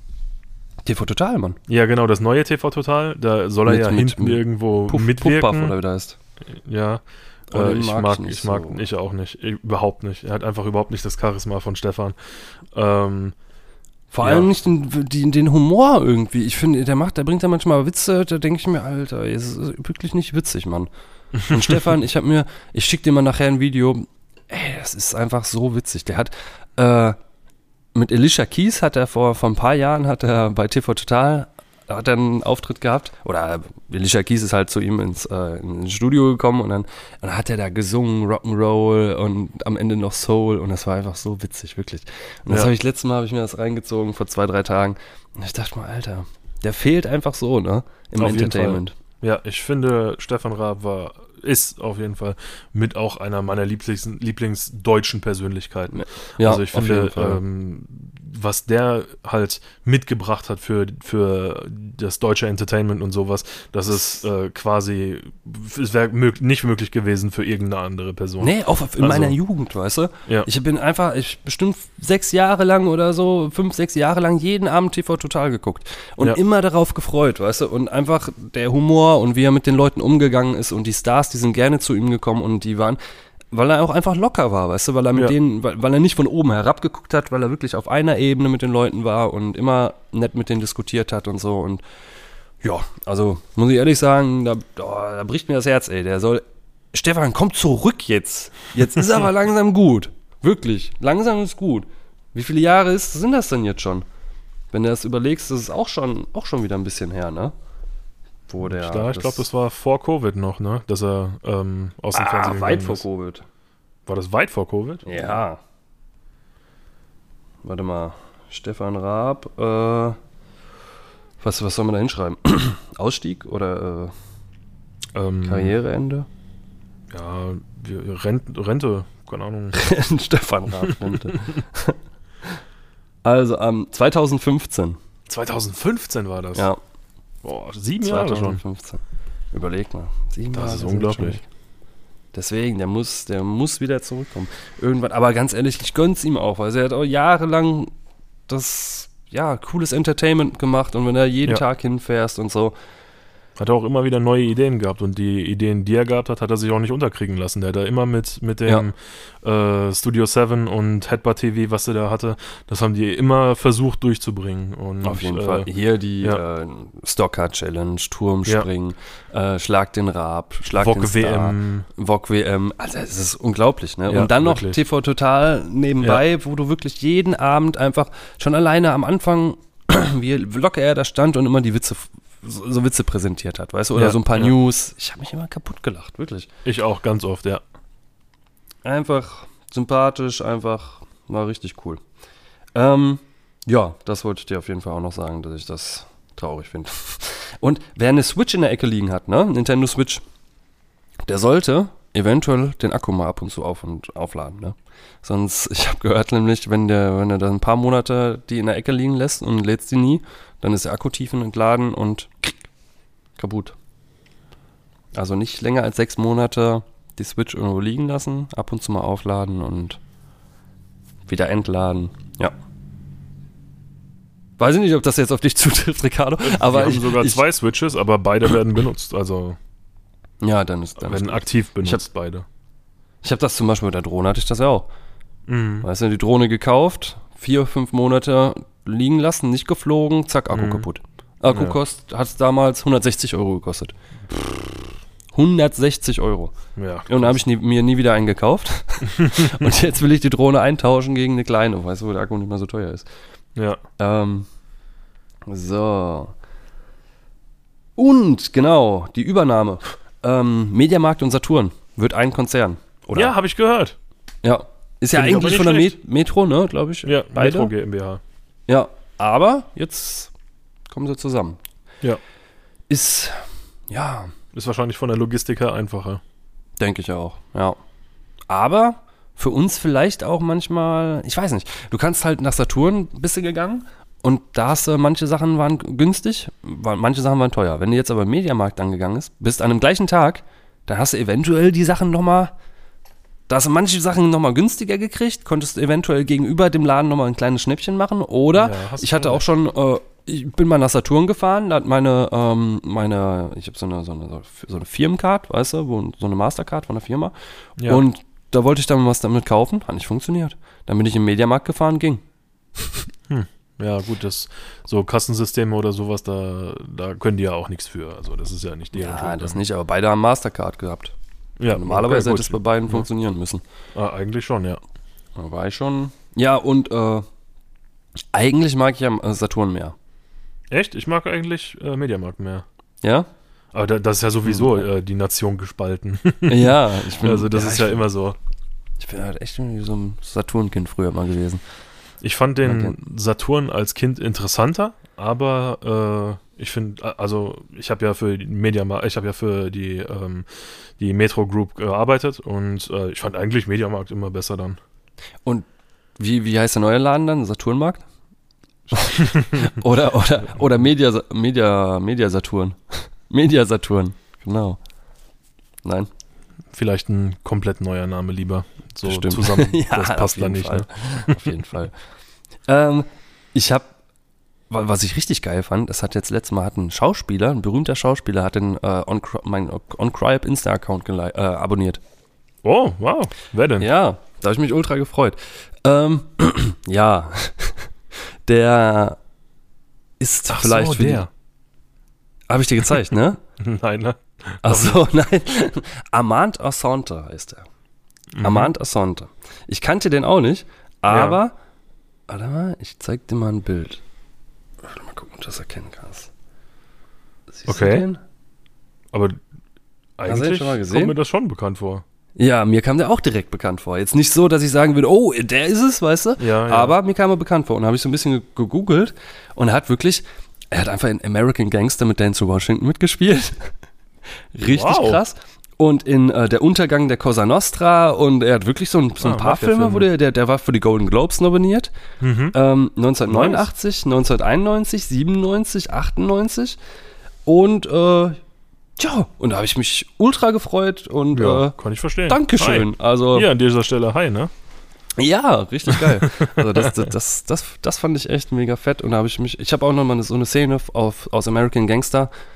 C: T V Total, Mann.
D: ja, genau, das neue T V Total. Da soll er
C: Mit-
D: ja
C: mit-
D: hinten
C: mit
D: irgendwo
C: Puff,
D: mitwirken.
C: Puffpuff, oder wie der heißt.
D: Ja.
C: Oh,
D: Äh,
C: den
D: ich
C: mag
D: mag,
C: ich nicht
D: ich mag,
C: so.
D: ich auch nicht. Ich, überhaupt nicht. Er hat einfach überhaupt nicht das Charisma von Stefan. Ähm,
C: Vor
D: Ja.
C: allem nicht den, den, den Humor irgendwie. Ich finde, der macht, der bringt ja manchmal Witze, da denke ich mir, Alter, ey, es ist wirklich nicht witzig, Mann. Und Stefan, ich habe mir, ich schicke dir mal nachher ein Video, ey, das ist einfach so witzig. Der hat, äh, mit Alicia Keys hat er vor, vor ein paar Jahren, hat er bei T V Total, hat er einen Auftritt gehabt, oder Alicia Keys ist halt zu ihm ins, äh, ins Studio gekommen und dann, und dann hat er da gesungen, Rock'n'Roll und am Ende noch Soul und das war einfach so witzig, wirklich. Und das
D: Ja.
C: habe ich, letztes Mal habe ich mir das reingezogen, vor zwei, drei Tagen und ich dachte mal, Alter, der fehlt einfach so, ne, im
D: Auf jeden
C: Entertainment.
D: ja, ich finde, Stefan Raab war, ist auf jeden Fall mit auch einer meiner Lieblings, Lieblingsdeutschen Persönlichkeiten.
C: Ja,
D: also ich
C: auf
D: finde,
C: jeden Fall.
D: ähm, was der halt mitgebracht hat für, für das deutsche Entertainment und sowas, das ist äh, quasi, es wäre mög nicht möglich gewesen für irgendeine andere Person.
C: Nee, auch in
D: Also-
C: meiner Jugend, weißt du?
D: Ja.
C: Ich bin einfach, ich bestimmt sechs Jahre lang oder so, fünf, sechs Jahre lang jeden Abend T V Total geguckt. Und
D: Ja.
C: immer darauf gefreut, weißt du? Und einfach der Humor und wie er mit den Leuten umgegangen ist und die Stars, die sind gerne zu ihm gekommen und die waren, weil er auch einfach locker war, weißt du? Weil er mit
D: Ja.
C: denen, weil, weil er nicht von oben herab geguckt hat, weil er wirklich auf einer Ebene mit den Leuten war und immer nett mit denen diskutiert hat und so. Und ja, also muss ich ehrlich sagen, da, oh, da bricht mir das Herz, ey. Der soll. Stefan, komm zurück jetzt. Jetzt ist aber langsam gut. Wirklich. Langsam ist gut. Wie viele Jahre ist, sind das denn jetzt schon? Wenn du das überlegst, das ist auch schon, auch schon wieder ein bisschen her, ne? Wo der.
D: Ja, ich glaube, das war vor Covid noch, ne? Dass er ähm, aus dem Fernsehen
C: ah, weit
D: gegangen
C: vor
D: ist.
C: Covid.
D: War das weit vor Covid?
C: Ja. Warte mal. Stefan Raab. Äh, was, was soll man da hinschreiben? Ausstieg oder
D: Ähm,
C: äh, Karriereende?
D: Ja, wir- Rente, Rente, keine Ahnung.
C: Stefan Raab. Rente. Also am zweitausendfünfzehn.
D: zweitausendfünfzehn war das.
C: Ja,
D: Boah, sieben Jahre schon.
C: zweitausendfünfzehn. Überleg mal. Sieben
D: Das
C: Jahre
D: ist
C: sind
D: unglaublich.
C: schon- Deswegen, der muss, der muss wieder zurückkommen. Irgendwann, aber ganz ehrlich, ich gönn's ihm auch, weil er hat auch jahrelang das, ja, cooles Entertainment gemacht und wenn du jeden
D: Ja.
C: Tag hinfährst und so,
D: Hat er auch immer wieder neue Ideen gehabt und die Ideen, die er gehabt hat, hat er sich auch nicht unterkriegen lassen. Der hat da immer mit, mit dem ja. äh, Studio sieben und Headbutt T V, was er da hatte, das haben die immer versucht durchzubringen. Und,
C: auf jeden
D: äh,
C: Fall. Hier die
D: ja.
C: äh, Stocker-Challenge, Turmspringen, ja. äh, Schlag den Raab, Schlag
D: Wok
C: den Star,
D: W M.
C: Wok W M. Also es ist unglaublich, ne?
D: Ja,
C: und dann
D: wirklich.
C: noch T V Total nebenbei, ja. wo du wirklich jeden Abend einfach schon alleine am Anfang, wie locker er da stand und immer die Witze So, so Witze präsentiert hat, weißt du, oder
D: ja,
C: so ein paar
D: ja.
C: News. Ich habe mich immer kaputt gelacht, wirklich.
D: Ich auch, ganz oft, ja.
C: Einfach sympathisch, einfach, war richtig cool. Ähm, ja, das wollte ich dir auf jeden Fall auch noch sagen, dass ich das traurig finde. Und wer eine Switch in der Ecke liegen hat, ne, Nintendo Switch, der sollte eventuell den Akku mal ab und zu auf- und aufladen, ne. Sonst, ich habe gehört nämlich, wenn der, wenn er dann ein paar Monate die in der Ecke liegen lässt und lädst die nie, dann ist der Akku tiefenentladen und kaputt. Also nicht länger als sechs Monate die Switch irgendwo liegen lassen, ab und zu mal aufladen und wieder entladen. Ja. Weiß ich nicht, ob das jetzt auf dich zutrifft, Ricardo. Aber
D: Wir
C: ich,
D: haben sogar
C: ich,
D: zwei Switches, aber beide werden benutzt. Also
C: ja, dann ist dann
D: werden
C: ist
D: aktiv benutzt,
C: ich hab,
D: beide.
C: Ich habe das zum Beispiel mit der Drohne, hatte ich das ja auch.
D: Mhm.
C: Weißt du, die Drohne gekauft, vier, fünf Monate liegen lassen, nicht geflogen, zack, Akku
D: Mhm.
C: kaputt. Akku
D: Ja.
C: kost, hat es damals hundertsechzig Euro gekostet. hundertsechzig Euro.
D: Ja,
C: Und dann habe ich nie, mir nie wieder einen gekauft. Und jetzt will ich die Drohne eintauschen gegen eine kleine, weißt du, wo der Akku nicht mehr so teuer ist.
D: ja.
C: Ähm, so. Und, genau, die Übernahme. Ähm, Mediamarkt und Saturn wird ein Konzern. Oder?
D: Ja, habe ich gehört.
C: Ja. Ist ja
D: Finde ich aber
C: eigentlich
D: nicht
C: von der
D: schlecht.
C: Met- Metro, ne, glaube ich.
D: Ja,
C: beide.
D: Metro GmbH.
C: Ja, aber jetzt kommen sie zusammen.
D: Ja.
C: Ist, ja,
D: Ist wahrscheinlich von der Logistik her einfacher.
C: denke ich auch, ja. Aber für uns vielleicht auch manchmal, ich weiß nicht, du kannst halt nach Saturn bist du gegangen und da hast du, manche Sachen waren günstig, wa- manche Sachen waren teuer. Wenn du jetzt aber im Mediamarkt angegangen bist, bist an dem gleichen Tag, dann hast du eventuell die Sachen nochmal, da hast du manche Sachen nochmal günstiger gekriegt, konntest eventuell gegenüber dem Laden nochmal ein kleines Schnäppchen machen oder
D: Ja, hast
C: ich
D: du
C: hatte
D: recht.
C: auch schon, äh, ich bin mal nach Saturn gefahren, da hat meine, ähm, meine, ich habe so eine, so eine, so eine Firmencard, weißt du, wo, so eine Mastercard von der Firma
D: Ja.
C: und da wollte ich dann was damit kaufen, hat nicht funktioniert. Dann bin ich im Mediamarkt gefahren, ging.
D: Ja, gut, das so Kassensysteme oder sowas, da, da können die ja auch nichts für. Also das ist ja nicht deren
C: Ja,
D: Schuld
C: das
D: dann.
C: nicht, aber beide haben Mastercard gehabt.
D: Ja,
C: Normalerweise
D: okay,
C: hätte es
D: gut.
C: bei beiden
D: Ja.
C: funktionieren müssen.
D: Ah, eigentlich schon, ja.
C: Da war ich schon. Ja, und äh, eigentlich mag ich ja äh, Saturn mehr.
D: Echt? Ich mag eigentlich äh, Mediamarkt mehr.
C: Ja?
D: Aber da, das ist ja sowieso äh, die Nation gespalten.
C: Ja, ich bin,
D: also das ist
C: ich
D: ja
C: bin,
D: immer so.
C: Ich bin halt echt irgendwie so ein Saturn-Kind früher mal gewesen.
D: Ich fand den
C: Okay.
D: Saturn als Kind interessanter, aber äh, ich finde, also ich habe ja für die Mediamarkt, ich habe ja für die ähm, die Metro Group gearbeitet und äh, ich fand eigentlich Mediamarkt immer besser dann.
C: Und wie, wie heißt der neue Laden dann? Saturnmarkt? oder oder, oder Media, Media, Media Saturn. Media Saturn, genau. Nein?
D: Vielleicht ein komplett neuer Name lieber. So
C: Bestimmt.
D: zusammen,
C: Ja,
D: das
C: auf
D: passt da
C: jeden
D: nicht.
C: Fall.
D: Ne?
C: Auf jeden Fall. Ähm, ich habe, was ich richtig geil fand, das hat jetzt letztes Mal hat ein Schauspieler, ein berühmter Schauspieler, hat den äh, on, mein OnCryup Insta-Account gele- äh, abonniert.
D: Oh, wow. Wer denn?
C: Ja, da habe ich mich ultra gefreut. Ähm, ja, der ist
D: Ach
C: vielleicht
D: so,
C: für
D: der.
C: Habe ich dir gezeigt, ne?
D: Nein, ne?
C: Ach so, nein. Armand Assante heißt er.
D: Mhm.
C: Armand Assante. Ich kannte den auch nicht, aber, warte mal, ich zeig dir mal ein Bild. Warte mal gucken, ob du das erkennen kannst. Siehst
D: Okay.
C: du den?
D: Aber
C: Hast du den
D: eigentlich
C: schon mal gesehen?
D: kommt mir das schon bekannt vor.
C: Ja, mir kam der auch direkt bekannt vor. Jetzt nicht so, dass ich sagen würde, oh, der ist es, weißt du?
D: Ja, ja.
C: Aber mir kam er bekannt vor. Und da habe ich so ein bisschen ge- gegoogelt und er hat wirklich, er hat einfach in American Gangster mit Denzel Washington mitgespielt. Richtig
D: Wow.
C: krass. Und in äh, Der Untergang der Cosa Nostra und er hat wirklich so ein, so ein
D: Ah,
C: paar Filme,
D: Mafia-Filme.
C: wo der, der, der war für die Golden Globes nominiert.
D: Mhm.
C: Ähm, neunzehnhundertneunundachtzig, neunzehnhunderteinundneunzig, siebenundneunzig, achtundneunzig und äh, ja, und da habe ich mich ultra gefreut und
D: Ja,
C: äh,
D: kann ich verstehen.
C: Dankeschön.
D: Hi.
C: Also
D: Hier an dieser Stelle, hi, ne?
C: ja, richtig geil. Also das, das, das, das, das fand ich echt mega fett und da habe ich mich, ich habe auch nochmal so eine Szene auf, aus American Gangster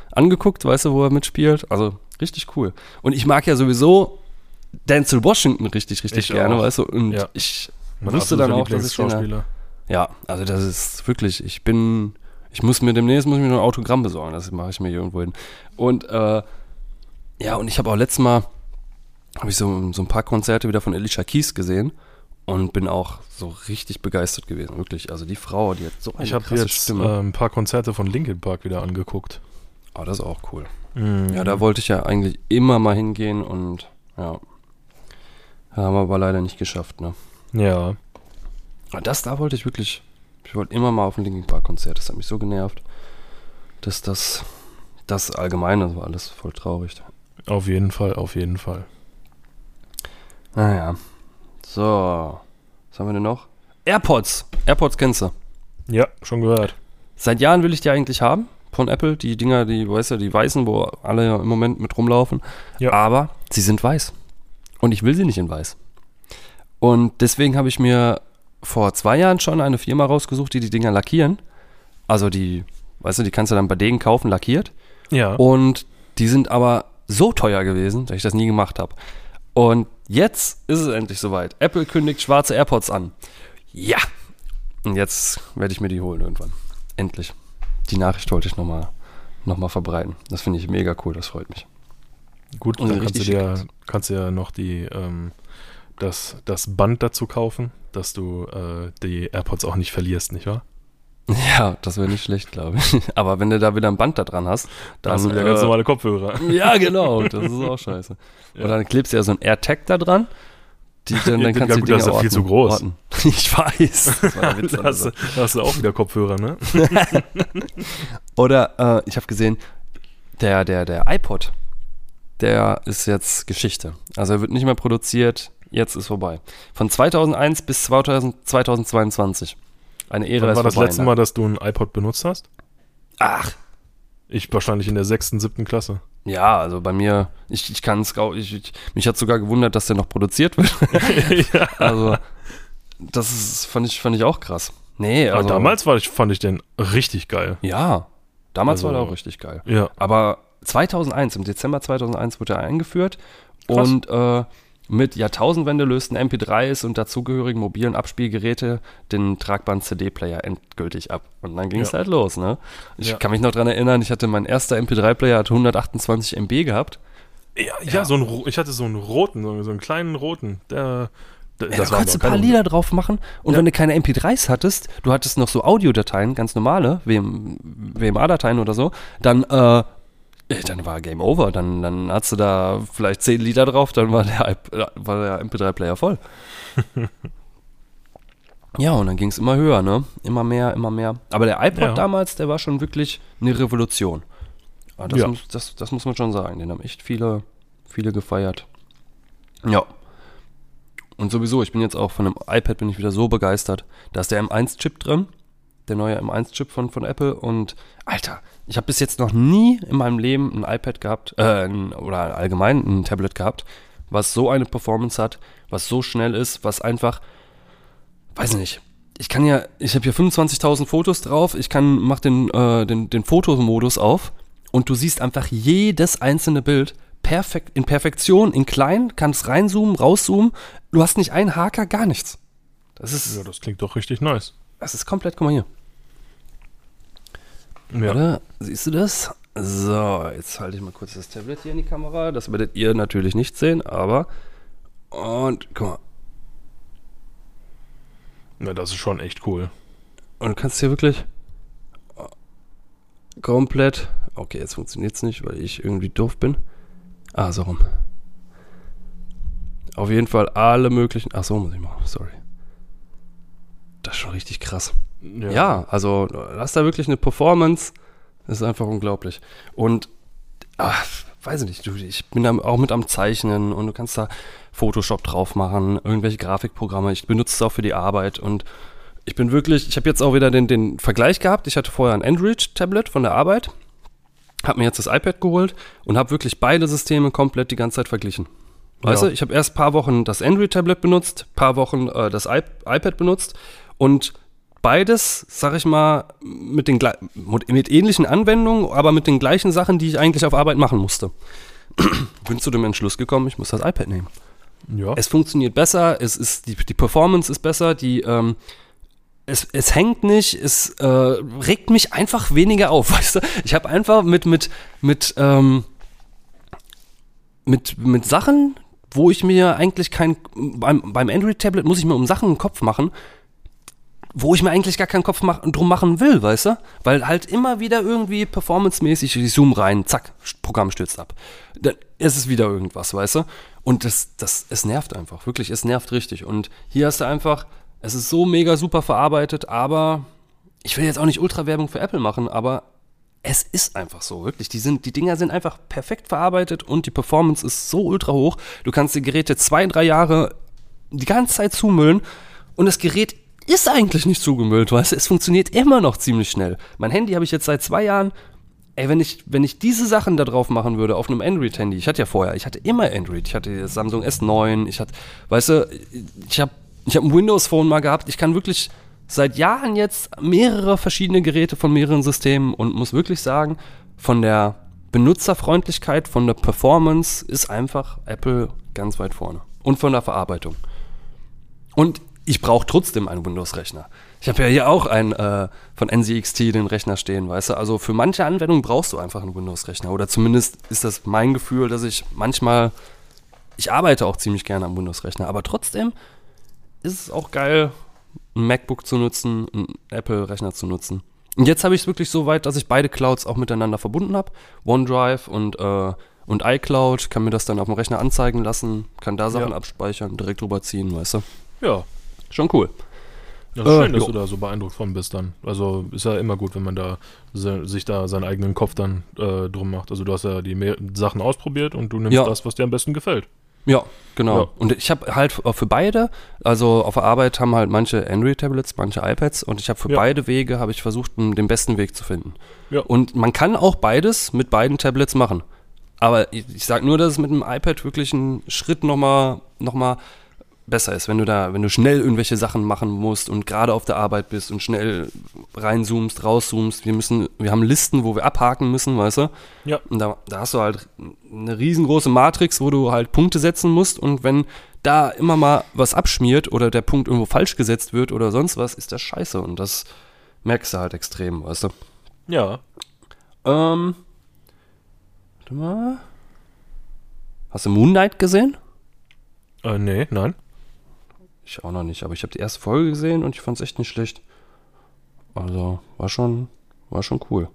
C: angeguckt, weißt du, wo er mitspielt. Also richtig cool. Und ich mag ja sowieso Denzel Washington richtig, richtig
D: Ich
C: gerne,
D: auch.
C: weißt du. Und
D: Ja.
C: ich
D: Mein
C: wusste dann auch,
D: absoluter
C: dass ich den,
D: Lieblingsschauspieler.
C: ja, also das ist wirklich, ich bin, ich muss mir demnächst, muss ich mir noch ein Autogramm besorgen, das mache ich mir hier irgendwo hin. Und, äh, ja, und ich habe auch letztes Mal, habe ich so, so ein paar Konzerte wieder von Alicia Keys gesehen und bin auch so richtig begeistert gewesen, wirklich. Also die Frau, die hat so eine
D: Ich habe
C: krasse
D: jetzt
C: Stimme.
D: äh, ein paar Konzerte von Linkin Park wieder angeguckt.
C: Oh, das ist auch cool.
D: Mhm.
C: Ja, da wollte ich ja eigentlich immer mal hingehen und ja, haben wir aber leider nicht geschafft, ne.
D: Ja.
C: Aber das da wollte ich wirklich, ich wollte immer mal auf ein Linkin Park Konzert, das hat mich so genervt, dass das, das allgemein, das war alles voll traurig.
D: Auf jeden Fall, auf jeden Fall.
C: Naja, so, was haben wir denn noch? AirPods, AirPods kennst du.
D: Ja, schon gehört.
C: Seit Jahren will ich die eigentlich haben, von Apple, die Dinger, die, weißt du, die weißen, wo alle ja im Moment mit rumlaufen,
D: Ja.
C: aber sie sind weiß und ich will sie nicht in weiß. Und deswegen habe ich mir vor zwei Jahren schon eine Firma rausgesucht, die die Dinger lackieren. Also die, weißt du, die kannst du dann bei denen kaufen, lackiert.
D: Ja.
C: Und die sind aber so teuer gewesen, dass ich das nie gemacht habe. Und jetzt ist es endlich soweit. Apple kündigt schwarze AirPods an. Ja. Und jetzt werde ich mir die holen irgendwann. Endlich. Die Nachricht wollte ich nochmal noch mal verbreiten. Das finde ich mega cool, das freut mich.
D: Gut,
C: Und
D: dann kannst du,
C: richtig
D: dir,
C: schick.
D: kannst du ja noch die, ähm, das, das Band dazu kaufen, dass du äh, die AirPods auch nicht verlierst, nicht wahr?
C: Ja, das wäre nicht schlecht, glaube ich. Aber wenn du da wieder ein Band da dran hast,
D: Dann hast
C: dann...
D: du wieder ganz
C: äh,
D: normale Kopfhörer.
C: Ja, genau. Das ist auch scheiße.
D: Ja.
C: Oder dann klebst du ja so ein AirTag da dran. Die, dann, dann
D: Ja,
C: kannst du
D: gut,
C: die Dinger
D: das ist ja viel
C: orten,
D: zu groß.
C: Orten. Ich weiß. Das war der Witz
D: Da
C: an
D: hast,
C: der
D: du, da hast du auch wieder Kopfhörer, ne?
C: Oder äh, ich habe gesehen, der, der, der iPod, der ist jetzt Geschichte. Also er wird nicht mehr produziert, jetzt ist vorbei. Von zweitausendeins bis zweitausendzweiundzwanzig. Eine Ära
D: Wann
C: ist
D: war das
C: vorbei,
D: letzte
C: ne?
D: Mal, dass du ein iPod benutzt hast?
C: Ach,
D: Ich wahrscheinlich in der sechsten, siebten Klasse.
C: ja, also bei mir, ich, ich kann es, ich, ich, mich hat sogar gewundert, dass der noch produziert wird.
D: Ja.
C: Also, das ist, fand ich, fand ich auch krass. Nee,
D: Aber
C: also.
D: damals war ich, fand ich den richtig geil.
C: Ja, damals
D: Also-
C: war der auch richtig geil.
D: Ja.
C: Aber zweitausendeins, im Dezember zweitausendeins wurde er eingeführt
D: Krass.
C: und äh, mit Jahrtausendwende lösten M P dreis und dazugehörigen mobilen Abspielgeräte den tragbaren C D-Player endgültig ab. Und dann ging es
D: Ja.
C: halt los, ne? Ich
D: Ja.
C: kann mich noch dran erinnern, ich hatte mein erster M P drei Player, hat hundertachtundzwanzig Megabyte gehabt.
D: Ja, ja, So ein, ro- ich hatte so einen roten, so, so einen kleinen roten. Der, der,
C: Ja,
D: das
C: da
D: war
C: konntest du
D: aber
C: ein paar
D: kein-
C: Lieder drauf machen und
D: Ja.
C: wenn du keine M P dreis hattest, du hattest noch so Audiodateien, ganz normale, W M A-Dateien oder so, dann, äh, äh, dann war Game Over, dann, dann hattest du da vielleicht zehn Lieder drauf, dann war der, iP- äh, war der M P drei Player voll. Ja, und dann ging es immer höher, ne? Immer mehr, immer mehr. Aber der iPod
D: Ja.
C: damals, der war schon wirklich eine Revolution. Aber das,
D: Ja.
C: muss, das, das muss man schon sagen, den haben echt viele, viele gefeiert. Ja. Und sowieso, ich bin jetzt auch von dem iPad bin ich wieder so begeistert. Da ist der M eins Chip drin, der neue M eins Chip von, von Apple. Und Alter, ich habe bis jetzt noch nie in meinem Leben ein iPad gehabt, äh, ein, oder allgemein ein Tablet gehabt, was so eine Performance hat, was so schnell ist, was einfach, weiß nicht, ich kann ja, ich habe hier fünfundzwanzigtausend Fotos drauf, ich kann, mach den, äh, den, den Fotomodus auf und du siehst einfach jedes einzelne Bild perfekt, in Perfektion, in klein, kannst reinzoomen, rauszoomen, du hast nicht einen Haker, gar nichts. Das ist,
D: Ja, das klingt doch richtig nice.
C: das ist komplett, guck mal hier.
D: Ja.
C: Oder? Siehst du das? So, jetzt halte ich mal kurz das Tablet hier in die Kamera. Das werdet ihr natürlich nicht sehen, aber. Und guck mal.
D: Ja, das ist schon echt cool.
C: Und du kannst hier wirklich komplett. Okay, jetzt funktioniert es nicht, weil ich irgendwie doof bin. Ah, so rum. Auf jeden Fall alle möglichen. Ach so, muss ich machen. Sorry. Das ist schon richtig krass.
D: Ja.
C: Ja, also du hast da wirklich eine Performance, das ist einfach unglaublich. Und, ach, weiß ich nicht, du, ich bin da auch mit am Zeichnen und du kannst da Photoshop drauf machen, irgendwelche Grafikprogramme, ich benutze es auch für die Arbeit und ich bin wirklich, ich habe jetzt auch wieder den, den Vergleich gehabt, ich hatte vorher ein Android-Tablet von der Arbeit, habe mir jetzt das iPad geholt und habe wirklich beide Systeme komplett die ganze Zeit verglichen. Weißt
D: Ja.
C: du, ich habe erst ein paar Wochen das Android-Tablet benutzt, ein paar Wochen äh, das I- iPad benutzt und beides, sag ich mal, mit, den, mit ähnlichen Anwendungen, aber mit den gleichen Sachen, die ich eigentlich auf Arbeit machen musste. Bin zu dem Entschluss gekommen, ich muss das iPad nehmen.
D: Ja.
C: Es funktioniert besser, es ist, die, die Performance ist besser, die, ähm, es, es hängt nicht, es äh, regt mich einfach weniger auf, weißt du? Ich habe einfach mit, mit, mit, ähm, mit, mit Sachen, wo ich mir eigentlich kein, beim, beim Android-Tablet muss ich mir um Sachen einen Kopf machen, wo ich mir eigentlich gar keinen Kopf mach, drum machen will, weißt du? Weil halt immer wieder irgendwie performancemäßig, ich zoom rein, zack, Programm stürzt ab. Dann ist es wieder irgendwas, weißt du? Und das, das, es nervt einfach, wirklich, es nervt richtig. Und hier hast du einfach, es ist so mega super verarbeitet, aber ich will jetzt auch nicht Ultra-Werbung für Apple machen, aber es ist einfach so, wirklich. Die, sind, die Dinger sind einfach perfekt verarbeitet und die Performance ist so ultra hoch. Du kannst die Geräte zwei, drei Jahre die ganze Zeit zumüllen und das Gerät ist eigentlich nicht zugemüllt, weißt du, es funktioniert immer noch ziemlich schnell. Mein Handy habe ich jetzt seit zwei Jahren, ey, wenn ich, wenn ich diese Sachen da drauf machen würde, auf einem Android-Handy, ich hatte ja vorher, ich hatte immer Android, ich hatte das Samsung S neun, ich hatte, weißt du, ich habe ich hab ein Windows-Phone mal gehabt, ich kann wirklich seit Jahren jetzt mehrere verschiedene Geräte von mehreren Systemen und muss wirklich sagen, von der Benutzerfreundlichkeit, von der Performance ist einfach Apple ganz weit vorne. Und von der Verarbeitung. Und ich brauche trotzdem einen Windows-Rechner. Ich habe ja hier auch einen äh, von N C X T, den Rechner stehen, weißt du. Also für manche Anwendungen brauchst du einfach einen Windows-Rechner. Oder zumindest ist das mein Gefühl, dass ich manchmal, ich arbeite auch ziemlich gerne am Windows-Rechner, aber trotzdem ist es auch geil, ein MacBook zu nutzen, einen Apple-Rechner zu nutzen. Und jetzt habe ich es wirklich so weit, dass ich beide Clouds auch miteinander verbunden habe. OneDrive und, äh, und iCloud, kann mir das dann auf dem Rechner anzeigen lassen, kann da Sachen
D: ja.
C: abspeichern, direkt rüberziehen, weißt du.
D: Ja.
C: Schon cool.
D: Das ist
C: Äh,
D: schön, dass
C: jo.
D: du da so beeindruckt von bist dann. Also ist ja immer gut, wenn man da se- sich da seinen eigenen Kopf dann äh, drum macht. Also du hast ja die mehr Sachen ausprobiert und du nimmst
C: Ja.
D: das, was dir am besten gefällt.
C: Ja, genau.
D: Ja.
C: Und ich habe halt für beide, also auf der Arbeit haben halt manche Android-Tablets, manche iPads und ich habe für
D: Ja.
C: beide Wege, habe ich versucht, m, den besten Weg zu finden.
D: Ja.
C: Und man kann auch beides mit beiden Tablets machen. Aber ich, ich sage nur, dass es mit dem iPad wirklich ein Schritt nochmal noch mal besser ist, wenn du da, wenn du schnell irgendwelche Sachen machen musst und gerade auf der Arbeit bist und schnell reinzoomst, rauszoomst. Wir müssen, wir haben Listen, wo wir abhaken müssen, weißt du?
D: Ja.
C: Und da, da hast du halt eine riesengroße Matrix, wo du halt Punkte setzen musst und wenn da immer mal was abschmiert oder der Punkt irgendwo falsch gesetzt wird oder sonst was, ist das scheiße und das merkst du halt extrem, weißt du?
D: Ja.
C: Ähm, warte mal. Hast du Moon Knight gesehen?
D: Äh, nee, nein.
C: Ich auch noch nicht, aber ich habe die erste Folge gesehen und ich fand es echt nicht schlecht. Also, war schon, war schon cool.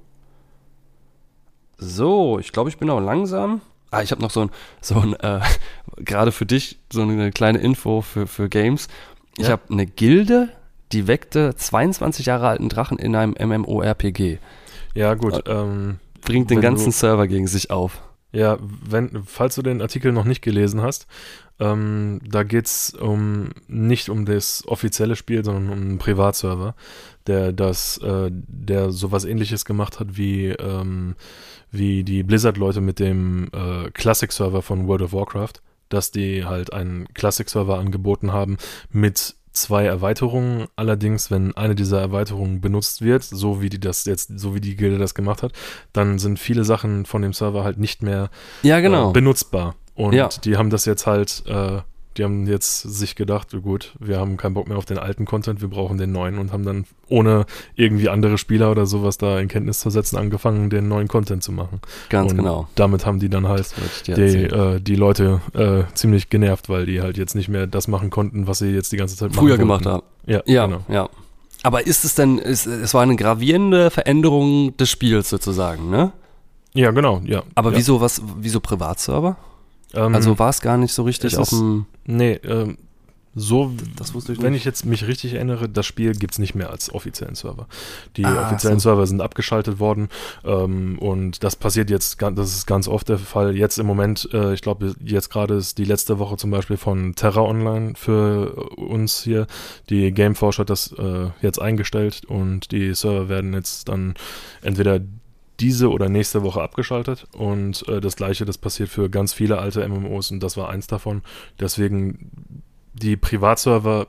C: So, ich glaube, ich bin auch langsam. Ah, ich habe noch so ein, so ein äh, gerade für dich, so eine kleine Info für, für Games. Ich
D: Ja.
C: habe eine Gilde, die weckte zweiundzwanzig Jahre alten Drachen in einem MMORPG.
D: Ja, gut. Ähm,
C: Bringt den
D: Wenn
C: ganzen
D: du-
C: Server gegen sich auf.
D: ja, wenn, falls du den Artikel noch nicht gelesen hast, ähm, da geht es um, nicht um das offizielle Spiel, sondern um einen Privatserver, der das, äh, der sowas ähnliches gemacht hat wie, ähm, wie die Blizzard-Leute mit dem äh, Classic-Server von World of Warcraft, dass die halt einen Classic-Server angeboten haben mit zwei Erweiterungen. Allerdings, wenn eine dieser Erweiterungen benutzt wird, so wie die das jetzt, so wie die Gilde das gemacht hat, dann sind viele Sachen von dem Server halt nicht mehr
C: Ja, genau.
D: äh, benutzbar. Und
C: Ja.
D: die haben das jetzt halt, äh, die haben jetzt sich gedacht, gut, wir haben keinen Bock mehr auf den alten Content, wir brauchen den neuen und haben dann ohne irgendwie andere Spieler oder sowas da in Kenntnis zu setzen, angefangen, den neuen Content zu machen.
C: Ganz
D: und
C: genau.
D: damit haben die dann halt
C: Das wollte ich dir
D: die,
C: erzählen.
D: äh, die Leute äh, ziemlich genervt, weil die halt jetzt nicht mehr das machen konnten, was sie jetzt die ganze Zeit machen
C: Früher
D: wollten.
C: gemacht haben.
D: Ja,
C: Ja,
D: genau.
C: ja. Aber ist es denn, ist, es war eine gravierende Veränderung des Spiels sozusagen, ne?
D: Ja, genau, ja.
C: Aber
D: ja.
C: wieso was, wieso Privatserver?
D: Ähm,
C: Also war es gar nicht so richtig
D: es
C: auf
D: ist-
C: dem.
D: Nee, ähm, so,
C: Das wusste ich
D: wenn
C: nicht.
D: ich jetzt mich richtig erinnere, das Spiel gibt es nicht mehr als offiziellen Server. Die
C: Ah,
D: offiziellen
C: so.
D: Server sind abgeschaltet worden ähm, und das passiert jetzt, gan- das ist ganz oft der Fall. Jetzt im Moment, äh, ich glaube, jetzt gerade ist die letzte Woche zum Beispiel von Terra Online für uns hier. Die Gameforce hat das äh, jetzt eingestellt und die Server werden jetzt dann entweder diese oder nächste Woche abgeschaltet und äh, das gleiche, das passiert für ganz viele alte M M Os und das war eins davon. Deswegen die Privatserver,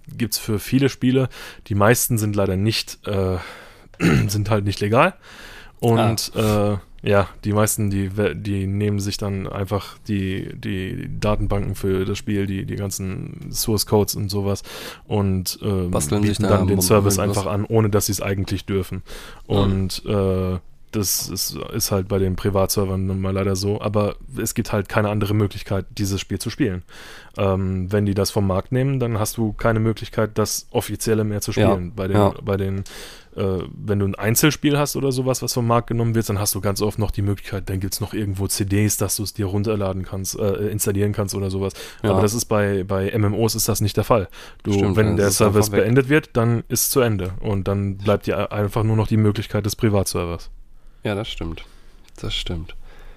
D: gibt's für viele Spiele. Die meisten sind leider nicht, äh, sind halt nicht legal. Und ah. äh, ja, die meisten, die, die nehmen sich dann einfach die, die Datenbanken für das Spiel, die, die ganzen Source Codes und sowas und äh, bieten dann da den Service einfach an, ohne dass sie es eigentlich dürfen. Und mhm. äh, das ist, ist halt bei den Privatservern nun mal leider so, aber es gibt halt keine andere Möglichkeit, dieses Spiel zu spielen. Ähm, wenn die das vom Markt nehmen, dann hast du keine Möglichkeit, das Offizielle mehr zu spielen. Ja. Bei den, ja. bei den äh, wenn du ein Einzelspiel hast oder sowas, was vom Markt genommen wird, dann hast du ganz oft noch die Möglichkeit, dann gibt es noch irgendwo C Ds, dass du es dir runterladen kannst, äh, installieren kannst oder sowas. Ja. Aber das ist bei, bei M M Os ist das nicht der Fall. Du, Stimmt, wenn der Service beendet wird, dann ist es zu Ende und dann bleibt dir einfach nur noch die Möglichkeit des Privatservers.
C: Ja, das stimmt. Das stimmt.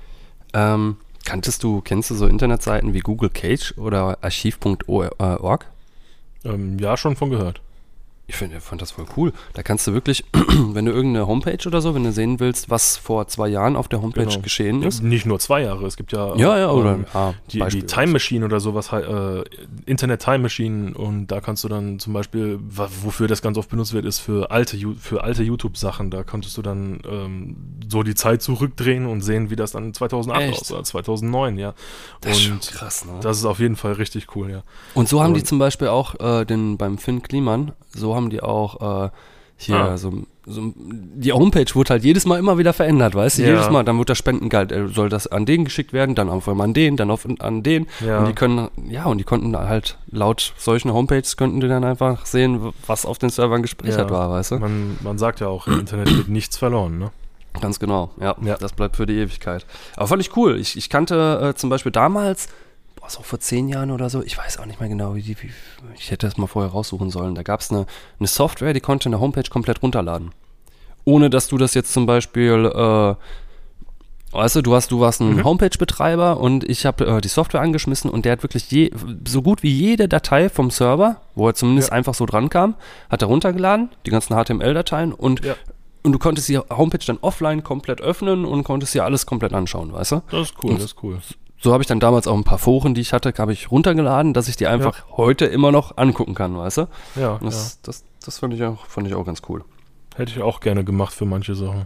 C: Ähm, kanntest du, kennst du so Internetseiten wie Google Cage oder archiv punkt org?
D: Ähm, ja, schon von gehört.
C: Ich find, ich fand das voll cool. Da kannst du wirklich, wenn du irgendeine Homepage oder so, wenn du sehen willst, was vor zwei Jahren auf der Homepage genau. geschehen ist.
D: Nicht nur zwei Jahre, es gibt ja,
C: ja, ja oder
D: ähm, ja, die, die Time Machine oder sowas, äh, Internet Time Machine und da kannst du dann zum Beispiel, wofür das ganz oft benutzt wird, ist für alte, für alte YouTube-Sachen. Da konntest du dann ähm, so die Zeit zurückdrehen und sehen, wie das dann zweitaunacht
C: Echt?
D: aussah, zweitausendneun, ja.
C: Das ist
D: und
C: schon krass, ne?
D: Das ist auf jeden Fall richtig cool, ja.
C: Und so haben
D: und,
C: die zum Beispiel auch äh, den, beim Finn Kliman, so haben die auch äh, hier ah. so, so, die Homepage wurde halt jedes Mal immer wieder verändert, weißt du, ja. jedes Mal, dann wird das Spendengeld, äh, soll das an den geschickt werden, dann auf einmal an den, dann auf, an den
D: ja.
C: und die können, ja, und die konnten halt laut solchen Homepages könnten die dann einfach sehen, was auf den Servern gespeichert
D: ja.
C: war, weißt du.
D: Man, man sagt ja auch, im Internet wird nichts verloren, ne?
C: Ganz genau, ja,
D: ja,
C: das bleibt für die Ewigkeit. Aber fand ich cool, ich, ich kannte äh, zum Beispiel damals, so vor zehn Jahren oder so, ich weiß auch nicht mehr genau, wie die, wie, ich hätte das mal vorher raussuchen sollen. Da gab es eine, eine Software, die konnte eine Homepage komplett runterladen. Ohne, dass du das jetzt zum Beispiel, äh, weißt du, du, hast, du warst ein mhm. Homepage-Betreiber und ich habe äh, die Software angeschmissen und der hat wirklich je, so gut wie jede Datei vom Server, wo er zumindest ja. einfach so dran kam, hat er runtergeladen, die ganzen H T M L-Dateien und
D: ja.
C: Und du konntest die Homepage dann offline komplett öffnen und konntest dir alles komplett anschauen, weißt du?
D: Das ist cool, und das ist cool.
C: So habe ich dann damals auch ein paar Foren, die ich hatte, habe ich runtergeladen, dass ich die einfach ja. heute immer noch angucken kann, weißt du?
D: Ja,
C: das,
D: ja.
C: Das, das fand ich auch, fand ich auch ganz cool.
D: Hätte ich auch gerne gemacht für manche Sachen.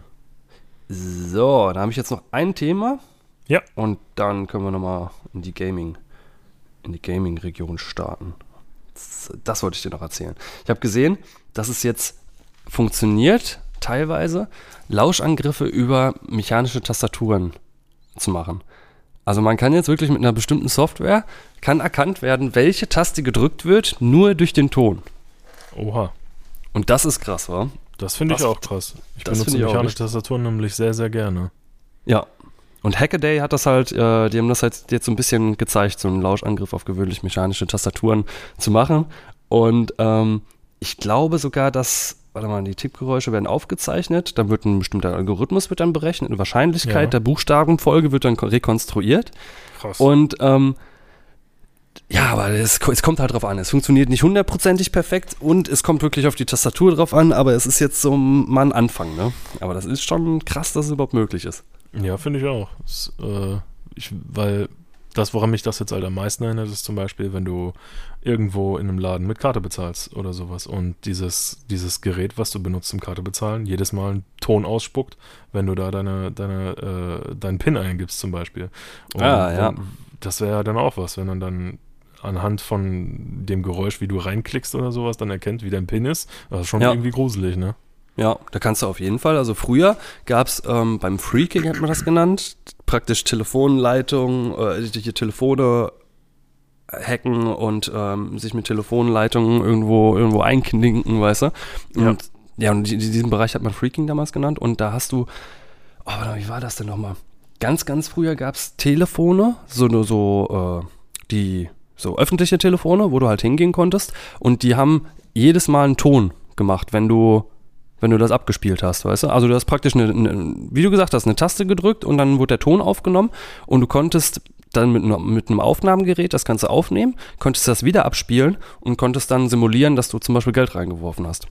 C: So, da habe ich jetzt noch ein Thema.
D: Ja.
C: Und dann können wir nochmal in die Gaming, in die Gaming-Region starten. Das, das wollte ich dir noch erzählen. Ich habe gesehen, dass es jetzt funktioniert, teilweise, Lauschangriffe über mechanische Tastaturen zu machen. Also man kann jetzt wirklich mit einer bestimmten Software, kann erkannt werden, welche Taste gedrückt wird, nur durch den Ton.
D: Oha.
C: Und das ist krass, wa?
D: Das finde ich auch krass. Ich benutze mechanische Tastaturen nämlich sehr, sehr gerne.
C: Ja. Und Hackaday hat das halt, äh, die haben das halt jetzt so ein bisschen gezeigt, so einen Lauschangriff auf gewöhnlich mechanische Tastaturen zu machen. Und ähm, ich glaube sogar, dass, warte mal, die Tippgeräusche werden aufgezeichnet, dann wird ein bestimmter Algorithmus wird dann berechnet, eine Wahrscheinlichkeit ja. der Buchstabenfolge wird dann rekonstruiert.
D: Krass.
C: Und ähm, ja, aber es, es kommt halt drauf an. Es funktioniert nicht hundertprozentig perfekt und es kommt wirklich auf die Tastatur drauf an, aber es ist jetzt so mal ein Anfang, ne? Aber das ist schon krass, dass es überhaupt möglich ist.
D: Ja, finde ich auch. Das, äh, ich, weil das, woran mich das jetzt halt am meisten erinnert, ist zum Beispiel, wenn du irgendwo in einem Laden mit Karte bezahlst oder sowas und dieses, dieses Gerät, was du benutzt zum Karte bezahlen, jedes Mal einen Ton ausspuckt, wenn du da deine, deine, äh, deinen PIN eingibst zum Beispiel. Und
C: ah, ja.
D: wenn, das wäre ja dann auch was, wenn man dann anhand von dem Geräusch, wie du reinklickst oder sowas, dann erkennt, wie dein PIN ist. Das ist schon ja. irgendwie gruselig, ne?
C: Ja, da kannst du auf jeden Fall, also früher gab es ähm, beim Freaking, hat man das genannt, praktisch Telefonleitungen, äh, die Telefone hacken und ähm, sich mit Telefonleitungen irgendwo irgendwo einklinken, weißt du? Und ja, ja und die, diesen Bereich hat man Freaking damals genannt und da hast du, oh, warte, wie war das denn nochmal? Ganz, ganz früher gab es Telefone, so, so, äh, die, so öffentliche Telefone, wo du halt hingehen konntest und die haben jedes Mal einen Ton gemacht, wenn du wenn du das abgespielt hast, weißt du? Also du hast praktisch, eine, eine, wie du gesagt hast, eine Taste gedrückt und dann wurde der Ton aufgenommen und du konntest dann mit, mit einem Aufnahmegerät das Ganze aufnehmen, konntest das wieder abspielen und konntest dann simulieren, dass du zum Beispiel Geld reingeworfen hast.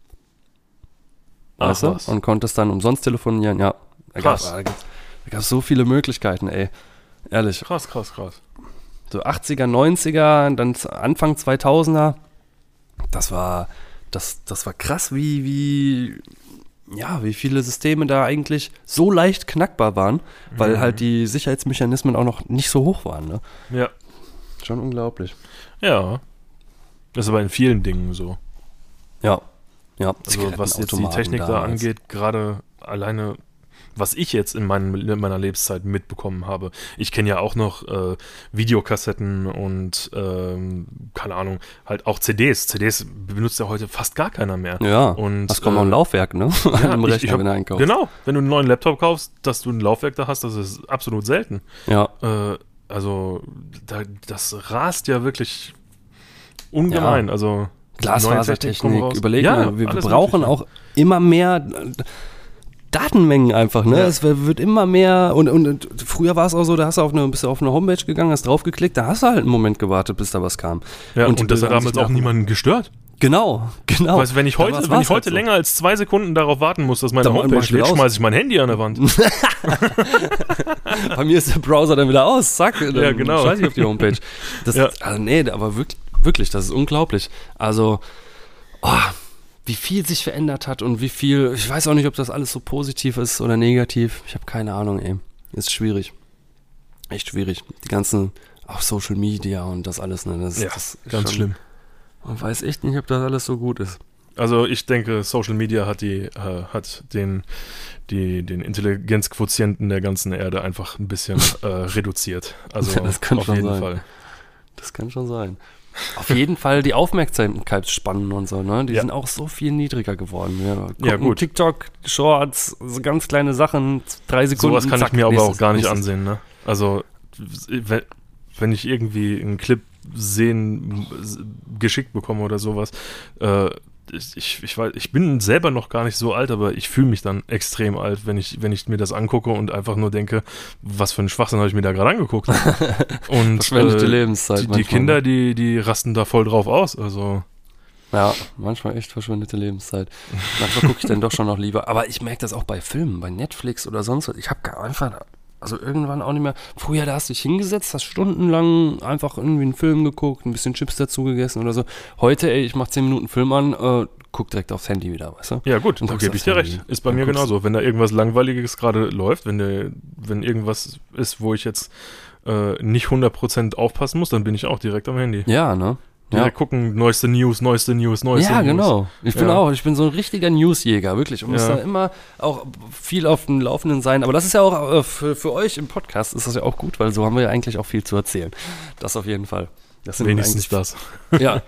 D: Ach,
C: weißt du?
D: was.
C: Und konntest dann umsonst telefonieren, ja. Da
D: krass.
C: Gab, da gab es so viele Möglichkeiten, ey. Ehrlich.
D: Krass, krass, krass.
C: So achtziger, neunziger, dann Anfang zweitausender. Das war, das, das war krass, wie, wie, ja, wie viele Systeme da eigentlich so leicht knackbar waren, weil
D: Mhm.
C: halt die Sicherheitsmechanismen auch noch nicht so hoch waren, ne?
D: Ja.
C: Schon unglaublich.
D: Ja. Das ist aber in vielen Dingen so.
C: Ja. Ja.
D: Also was jetzt die Technik da
C: damals.
D: angeht, gerade alleine, was ich jetzt in, meinem, in meiner Lebenszeit mitbekommen habe. Ich kenne ja auch noch äh, Videokassetten und ähm, keine Ahnung, halt auch C Ds. C Ds benutzt ja heute fast gar keiner mehr.
C: Ja,
D: Und,
C: das kommt auch ein
D: äh,
C: Laufwerk, ne?
D: Ja,
C: Im
D: ich,
C: Rechner,
D: ich hab,
C: wenn du einkaufst.
D: genau, wenn du einen neuen Laptop kaufst, dass du ein Laufwerk da hast, das ist absolut selten.
C: Ja.
D: Äh, also da, das rast ja wirklich ungemein.
C: Ja.
D: Also neue Technik kommt
C: Glasfasertechnik,
D: raus.
C: überleg
D: Ja,
C: mal, wir
D: alles
C: brauchen
D: Mögliche.
C: auch immer mehr äh, Datenmengen einfach, ne?
D: Ja.
C: Es wird immer mehr und, und, und früher war es auch so, da hast du auf eine, bist du auf eine Homepage gegangen, hast draufgeklickt, da hast du halt einen Moment gewartet, bis da was kam.
D: Ja, und,
C: die
D: das hat
C: Bilder haben
D: damals
C: sich
D: auch
C: nach-
D: niemanden gestört.
C: Genau, genau.
D: Weißt, du, wenn ich heute,
C: Damals
D: wenn
C: war's
D: ich heute
C: halt so.
D: länger als zwei Sekunden darauf warten muss, dass meine
C: Dann mach
D: Homepage
C: ich wieder
D: lädt,
C: aus.
D: schmeiße ich mein Handy an der Wand.
C: Bei mir ist der Browser dann wieder aus, zack, dann
D: Ja, genau.
C: scheiße ich auf die Homepage. Das,
D: Ja.
C: also nee, aber wirklich, wirklich, das ist unglaublich. Also, oh, wie viel sich verändert hat und wie viel, ich weiß auch nicht, ob das alles so positiv ist oder negativ. Ich habe keine Ahnung, ey. Ist schwierig. Echt schwierig. Die ganzen, auch Social Media und das alles, ne, das,
D: Ja,
C: das ist
D: ganz
C: schon-
D: schlimm.
C: Man weiß echt nicht, ob das alles so gut ist.
D: Also ich denke, Social Media hat die, äh, hat den, die, den Intelligenzquotienten der ganzen Erde einfach ein bisschen äh, reduziert. Also
C: Ja, das kann
D: auf
C: schon
D: jeden
C: sein.
D: Fall.
C: Das kann schon sein. Auf jeden Fall die Aufmerksamkeitsspannen und so, ne? Die
D: Ja.
C: sind auch so viel niedriger geworden. Wir gucken
D: Ja, gut.
C: TikTok, Shorts, so ganz kleine Sachen, drei Sekunden.
D: Sowas kann
C: zack,
D: ich mir aber
C: nächstes,
D: auch gar nicht
C: nächstes.
D: ansehen. Ne? Also wenn, wenn ich irgendwie einen Clip sehen, geschickt bekomme oder sowas, äh, ich, ich, weiß, ich bin selber noch gar nicht so alt, aber ich fühle mich dann extrem alt, wenn ich, wenn ich mir das angucke und einfach nur denke, was für einen Schwachsinn habe ich mir da gerade angeguckt. Und
C: Verschwendete
D: äh,
C: Lebenszeit
D: die, die
C: manchmal.
D: Kinder, die, die rasten da voll drauf aus. Also
C: Ja, manchmal echt verschwendete Lebenszeit. Manchmal gucke ich dann doch schon noch lieber. Aber ich merke das auch bei Filmen, bei Netflix oder sonst was. Ich habe gar einfach, also irgendwann auch nicht mehr. Früher, da hast du dich hingesetzt, hast stundenlang einfach irgendwie einen Film geguckt, ein bisschen Chips dazu gegessen oder so. Heute, ey, ich mach zehn Minuten Film an, äh, guck direkt aufs Handy wieder, weißt du?
D: ja gut,
C: Und
D: da
C: guckst
D: gebe ich
C: aufs
D: dir
C: Handy.
D: recht. Ist bei
C: Dann
D: mir
C: guckst
D: genauso. Wenn da irgendwas Langweiliges gerade läuft, wenn, der, wenn irgendwas ist, wo ich jetzt äh, nicht hundert Prozent aufpassen muss, dann bin ich auch direkt am Handy.
C: Ja, ne?
D: Direkt gucken, neueste News, neueste News, neueste
C: Ja,
D: News.
C: genau. Ich bin
D: Ja.
C: auch, ich bin so ein richtiger Newsjäger, wirklich. Und muss
D: Ja.
C: da immer auch viel auf dem Laufenden sein. Aber das ist ja auch äh, für, für euch im Podcast ist das ja auch gut, weil so haben wir ja eigentlich auch viel zu erzählen. Das auf jeden Fall. Das sind
D: Wenigstens das.
C: eigentlich- Ja.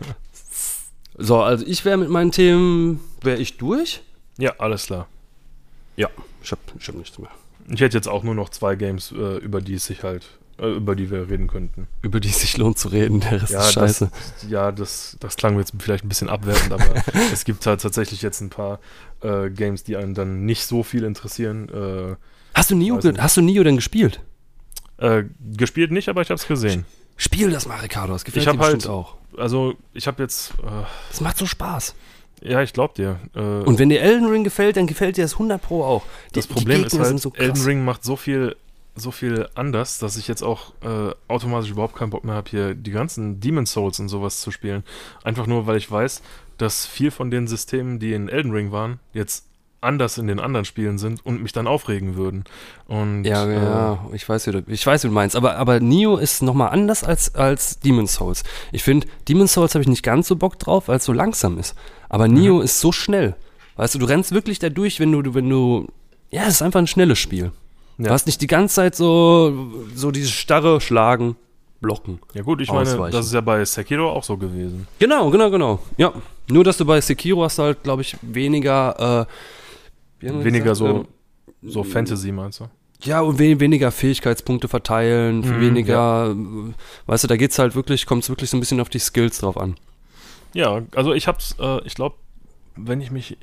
C: So, also ich wäre mit meinen Themen, wäre ich durch?
D: Ja, alles klar.
C: Ja. Ich hab, ich hab nichts mehr.
D: Ich hätte jetzt auch nur noch zwei Games, äh, über die es sich halt, äh, über die wir reden könnten.
C: Über die es sich lohnt zu reden, der Rest
D: Ja,
C: ist scheiße.
D: Das, ja, das, das klang jetzt vielleicht ein bisschen abwertend, aber es gibt halt tatsächlich jetzt ein paar äh, Games, die einen dann nicht so viel interessieren. Äh,
C: Hast du Nio,
D: weiß
C: ge-
D: nicht.
C: hast du Nio denn gespielt?
D: äh, gespielt nicht, aber ich habe es gesehen.
C: Spiel das mal, Ricardo. Das gefällt
D: Ich hab
C: dir bestimmt
D: halt-
C: auch.
D: Also ich habe jetzt, äh,
C: Das macht so Spaß.
D: ja, ich glaub dir. Äh,
C: Und wenn dir Elden Ring gefällt, dann gefällt dir das hundert Pro auch. Die,
D: das Problem
C: die
D: ist
C: Gegner
D: halt,
C: sind so
D: Elden
C: krass.
D: Ring macht so viel, so viel anders, dass ich jetzt auch äh, automatisch überhaupt keinen Bock mehr habe, hier die ganzen Demon's Souls und sowas zu spielen. Einfach nur, weil ich weiß, dass viel von den Systemen, die in Elden Ring waren, jetzt anders in den anderen Spielen sind und mich dann aufregen würden. Und,
C: Ja,
D: äh,
C: ja, ich weiß, wie du, ich weiß, wie du meinst. Aber, aber Nioh ist nochmal anders als, als Demon's Souls. Ich finde, Demon's Souls habe ich nicht ganz so Bock drauf, weil es so langsam ist. Aber Nioh ist so schnell. Weißt du, du rennst wirklich da durch, wenn du, wenn du, ja, es ist einfach ein schnelles Spiel.
D: Ja.
C: Du hast nicht die ganze Zeit so, so dieses starre Schlagen, Blocken.
D: Ja gut, ich meine,
C: Ausweichen.
D: das ist ja bei Sekiro auch so gewesen.
C: Genau, genau, genau. Ja. Nur, dass du bei Sekiro hast halt, glaube ich, weniger, äh, wie haben wir
D: Weniger
C: gesagt?
D: so,
C: Ähm,
D: so Fantasy, meinst du?
C: Ja, und we weniger Fähigkeitspunkte verteilen,
D: Mhm,
C: weniger, äh, weißt du, da geht's halt wirklich, kommt es wirklich so ein bisschen auf die Skills drauf an.
D: Ja, also ich hab's, äh, ich glaube, wenn ich mich,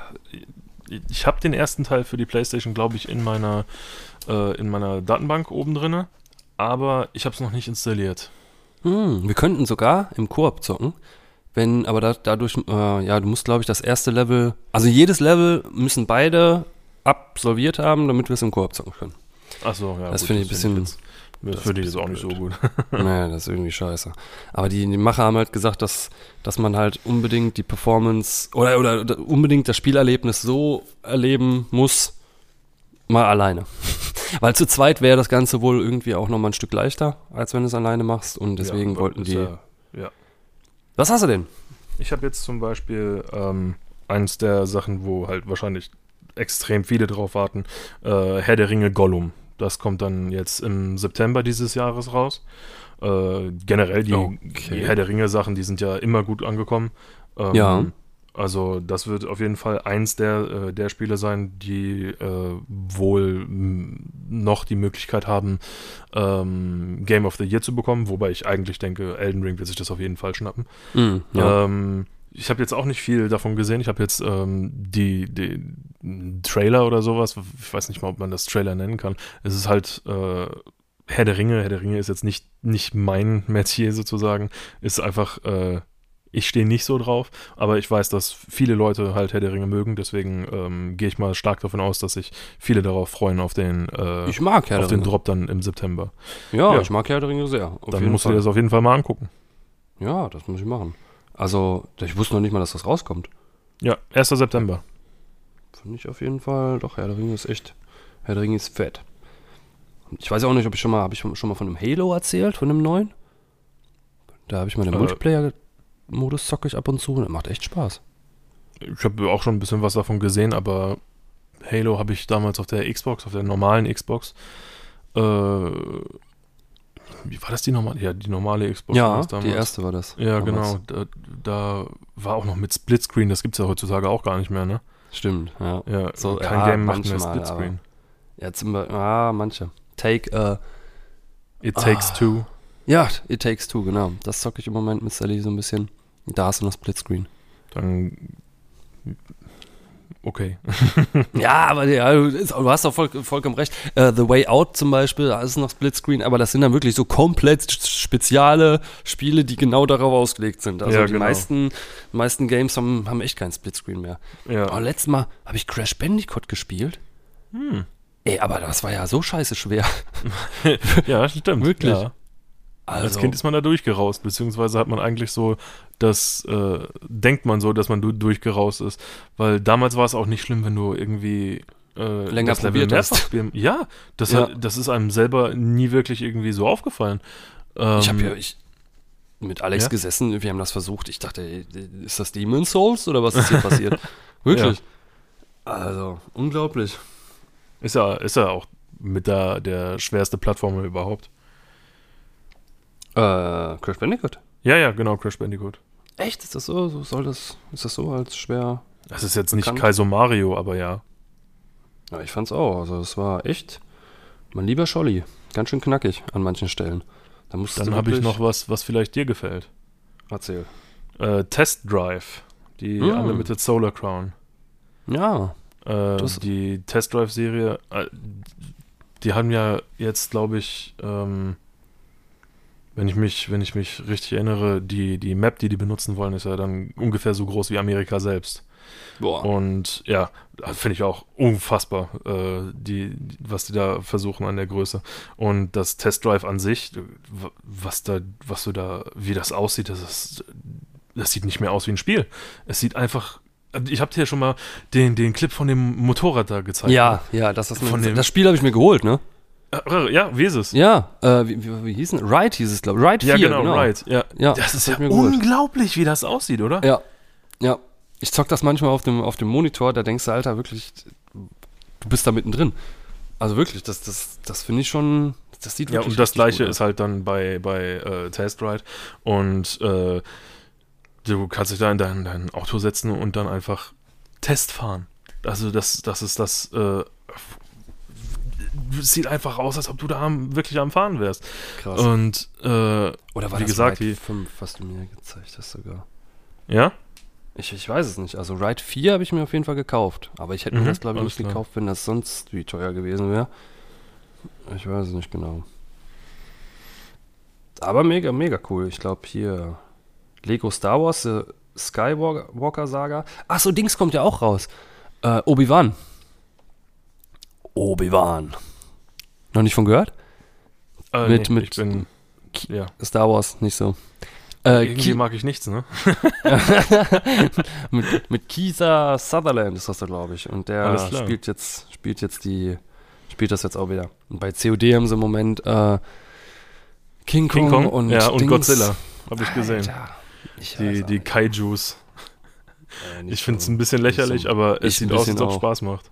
D: ja, ich habe den ersten Teil für die PlayStation, glaube ich, in meiner, äh, in meiner Datenbank oben drinne, aber ich habe es noch nicht installiert.
C: Hm, wir könnten sogar im Koop zocken, wenn, aber da, dadurch, äh, ja, du musst, glaube ich, das erste Level, also jedes Level müssen beide absolviert haben, damit wir es im Koop zocken können.
D: Ach so, ja.
C: Das
D: gut,
C: finde ich ein bisschen
D: jetzt Das, das finde ich jetzt auch nicht so gut.
C: Naja, das ist irgendwie scheiße. Aber die, die Macher haben halt gesagt, dass, dass man halt unbedingt die Performance oder, oder, oder unbedingt das Spielerlebnis so erleben muss, mal alleine. Weil zu zweit wäre das Ganze wohl irgendwie auch nochmal ein Stück leichter, als wenn du es alleine machst. Und deswegen
D: ja,
C: wollten die...
D: Ja, ja.
C: Was hast du denn?
D: Ich habe jetzt zum Beispiel ähm, eins der Sachen, wo halt wahrscheinlich extrem viele drauf warten, äh, Herr der Ringe Gollum. Das kommt dann jetzt im September dieses Jahres raus. Äh, generell die,
C: Okay.
D: die Herr der Ringe Sachen, die sind ja immer gut angekommen. Ähm,
C: Ja.
D: Also das wird auf jeden Fall eins der, äh, der Spiele sein, die äh, wohl m, noch die Möglichkeit haben, ähm, Game of the Year zu bekommen, wobei ich eigentlich denke, Elden Ring wird sich das auf jeden Fall schnappen.
C: Mhm, ja.
D: Ähm, ich habe jetzt auch nicht viel davon gesehen. Ich habe jetzt ähm, die, die Trailer oder sowas, ich weiß nicht mal, ob man das Trailer nennen kann. Es ist halt äh, Herr der Ringe. Herr der Ringe ist jetzt nicht, nicht mein Metier sozusagen. Ist einfach, äh, ich stehe nicht so drauf, aber ich weiß, dass viele Leute halt Herr der Ringe mögen. Deswegen ähm, gehe ich mal stark davon aus, dass sich viele darauf freuen auf den, äh,
C: Ich mag Herr
D: auf
C: der
D: den
C: Ringe.
D: Drop dann im September.
C: Ja,
D: Ja.
C: ich mag Herr der Ringe sehr. Auf
D: Dann
C: jeden
D: musst
C: Fall.
D: du dir das auf jeden Fall mal angucken.
C: Ja, das muss ich machen. Also, ich wusste noch nicht mal, dass das rauskommt.
D: Ja, erster September.
C: Finde ich auf jeden Fall, doch, Herr der Ringe ist echt, Herr der Ringe ist fett. Ich weiß auch nicht, ob ich schon mal, habe ich schon mal von einem Halo erzählt, von einem neuen? Da habe ich mal den
D: Äh.
C: Multiplayer-Modus zocke ich ab und zu und das macht echt Spaß.
D: Ich habe auch schon ein bisschen was davon gesehen, aber Halo habe ich damals auf der Xbox, auf der normalen Xbox. Äh, wie war das die normale? Ja, die normale Xbox. war
C: Ja,
D: das damals.
C: die erste war das.
D: Ja,
C: damals.
D: genau. Da, da war auch noch mit Splitscreen, das gibt es ja heutzutage auch gar nicht mehr, ne?
C: Stimmt, ja.
D: Ja,
C: So,
D: kein
C: ja,
D: Game macht mehr
C: manchmal,
D: Splitscreen.
C: Ja, zum Beispiel, ah, manche. Take, äh,
D: It Takes
C: Ah.
D: Two.
C: ja, It Takes Two, genau. Das zocke ich im Moment mit Sally so ein bisschen. Da hast du noch Splitscreen.
D: Dann. Okay.
C: Ja, aber ja, du, du hast doch voll, vollkommen recht. Uh, The Way Out zum Beispiel, da ist noch Splitscreen, aber das sind dann wirklich so komplett spezielle Spiele, die genau darauf ausgelegt sind. Also
D: Ja,
C: die
D: genau.
C: meisten, meisten Games haben, haben echt keinen Splitscreen mehr.
D: Ja.
C: Aber letztes Mal habe ich Crash Bandicoot gespielt.
D: Hm.
C: Ey, aber das war ja so scheiße schwer.
D: Ja, stimmt.
C: Wirklich?
D: Ja.
C: Also,
D: Als Kind ist man da durchgeraust, beziehungsweise hat man eigentlich so, das äh, denkt man so, dass man du durchgeraust ist. Weil damals war es auch nicht schlimm, wenn du irgendwie äh,
C: Länger
D: das Level
C: probiert hast.
D: mehrfach spielen. Ja, das,
C: Ja.
D: Hat, das ist einem selber nie wirklich irgendwie so aufgefallen. Ähm,
C: ich habe ja ich, mit Alex
D: ja?
C: gesessen, wir haben das versucht. Ich dachte, ey, ist das Demon's Souls oder was ist hier passiert? Wirklich. Also, unglaublich.
D: Ist ja, ist ja auch mit der, der schwerste Plattform überhaupt.
C: Äh, Crash Bandicoot?
D: Ja, ja, genau, Crash Bandicoot.
C: Echt? Ist das so? so soll das, ist das so als schwer?
D: Das ist jetzt
C: Bekannt.
D: nicht Kaizo Mario, aber ja.
C: Ja, ich fand's auch. Also es war echt, mein lieber Scholli, ganz schön knackig an manchen Stellen. Da musst
D: Dann
C: du
D: habe ich
C: wirklich-
D: noch was, was vielleicht dir gefällt.
C: Erzähl.
D: Äh, Test Drive, die
C: Mm.
D: Unlimited Solar Crown.
C: Ja.
D: Äh,
C: Das-
D: die Test Drive-Serie, äh, die haben ja jetzt, glaube ich, ähm, wenn ich mich, wenn ich mich richtig erinnere, die, die Map, die die benutzen wollen, ist ja dann ungefähr so groß wie Amerika selbst.
C: Boah.
D: Und ja, finde ich auch unfassbar, äh, die, die- was die da versuchen an der Größe. Und das Test Drive an sich, w- was da, was du da, wie das aussieht, das ist, das sieht nicht mehr aus wie ein Spiel. Es sieht einfach, ich habe dir ja schon mal den, den Clip von dem Motorrad da gezeigt.
C: Ja, ja, das, ist
D: Von
C: eine,
D: dem-
C: das Spiel habe ich mir geholt, ne?
D: Ne? Ja, wie ist es?
C: Ja, äh, wie, wie, wie hieß es? Ride hieß es, glaube ich. Ride
D: Ja,
C: vier,
D: genau, right. Ja,
C: Ja,
D: das
C: das
D: ist
C: hab
D: ja
C: ich mir geholt.
D: unglaublich, wie das aussieht, oder?
C: Ja, ja. Ich zock das manchmal auf dem, auf dem Monitor, da denkst du, Alter, wirklich, du bist da mittendrin. Also wirklich, das, das, das finde ich schon, das sieht
D: Ja,
C: wirklich
D: und das
C: richtig
D: gleiche
C: gut
D: ist halt dann bei, bei äh, Test Ride. Und äh, du kannst dich da in dein, dein Auto setzen und dann einfach Test fahren. Also das, das ist das, äh, es sieht einfach aus, als ob du da am, wirklich am Fahren wärst.
C: Krass.
D: Und äh,
C: Oder war
D: wie
C: das
D: gesagt,
C: Ride
D: die-
C: fünf, was du mir gezeigt hast sogar?
D: ja,
C: Ich, ich weiß es nicht. Also Ride vier habe ich mir auf jeden Fall gekauft. Aber ich hätte mir
D: Mhm,
C: das, glaube ich,
D: alles
C: nicht
D: klar.
C: gekauft, wenn das sonst wie teuer gewesen wäre. Ich weiß es nicht genau. Aber mega, mega cool. Ich glaube hier Lego Star Wars, äh, Skywalker-Saga. Ach so, Dings kommt ja auch raus. Äh, Obi-Wan. Obi-Wan. Noch nicht von gehört?
D: Äh,
C: mit,
D: nee,
C: mit
D: ich bin, ja.
C: Star Wars, nicht so. Äh,
D: Irgendwie
C: Ki-
D: mag ich nichts, ne?
C: mit, mit Kiefer Sutherland ist das da, glaube ich. Und der
D: Alles klar.
C: spielt jetzt, spielt jetzt die, spielt das jetzt auch wieder. Und bei C O D haben sie im Moment äh, King Kong,
D: King Kong
C: und,
D: ja, und
C: Dings.
D: Godzilla, habe ich gesehen.
C: Alter, ich
D: Die,
C: weiß
D: die
C: auch
D: Kaijus.
C: nicht. Äh, nicht
D: Ich finde es
C: so-
D: ein bisschen
C: nicht
D: lächerlich,
C: so-
D: aber es
C: ich ein
D: sieht aus, als
C: bisschen
D: ob es
C: auch.
D: Spaß macht.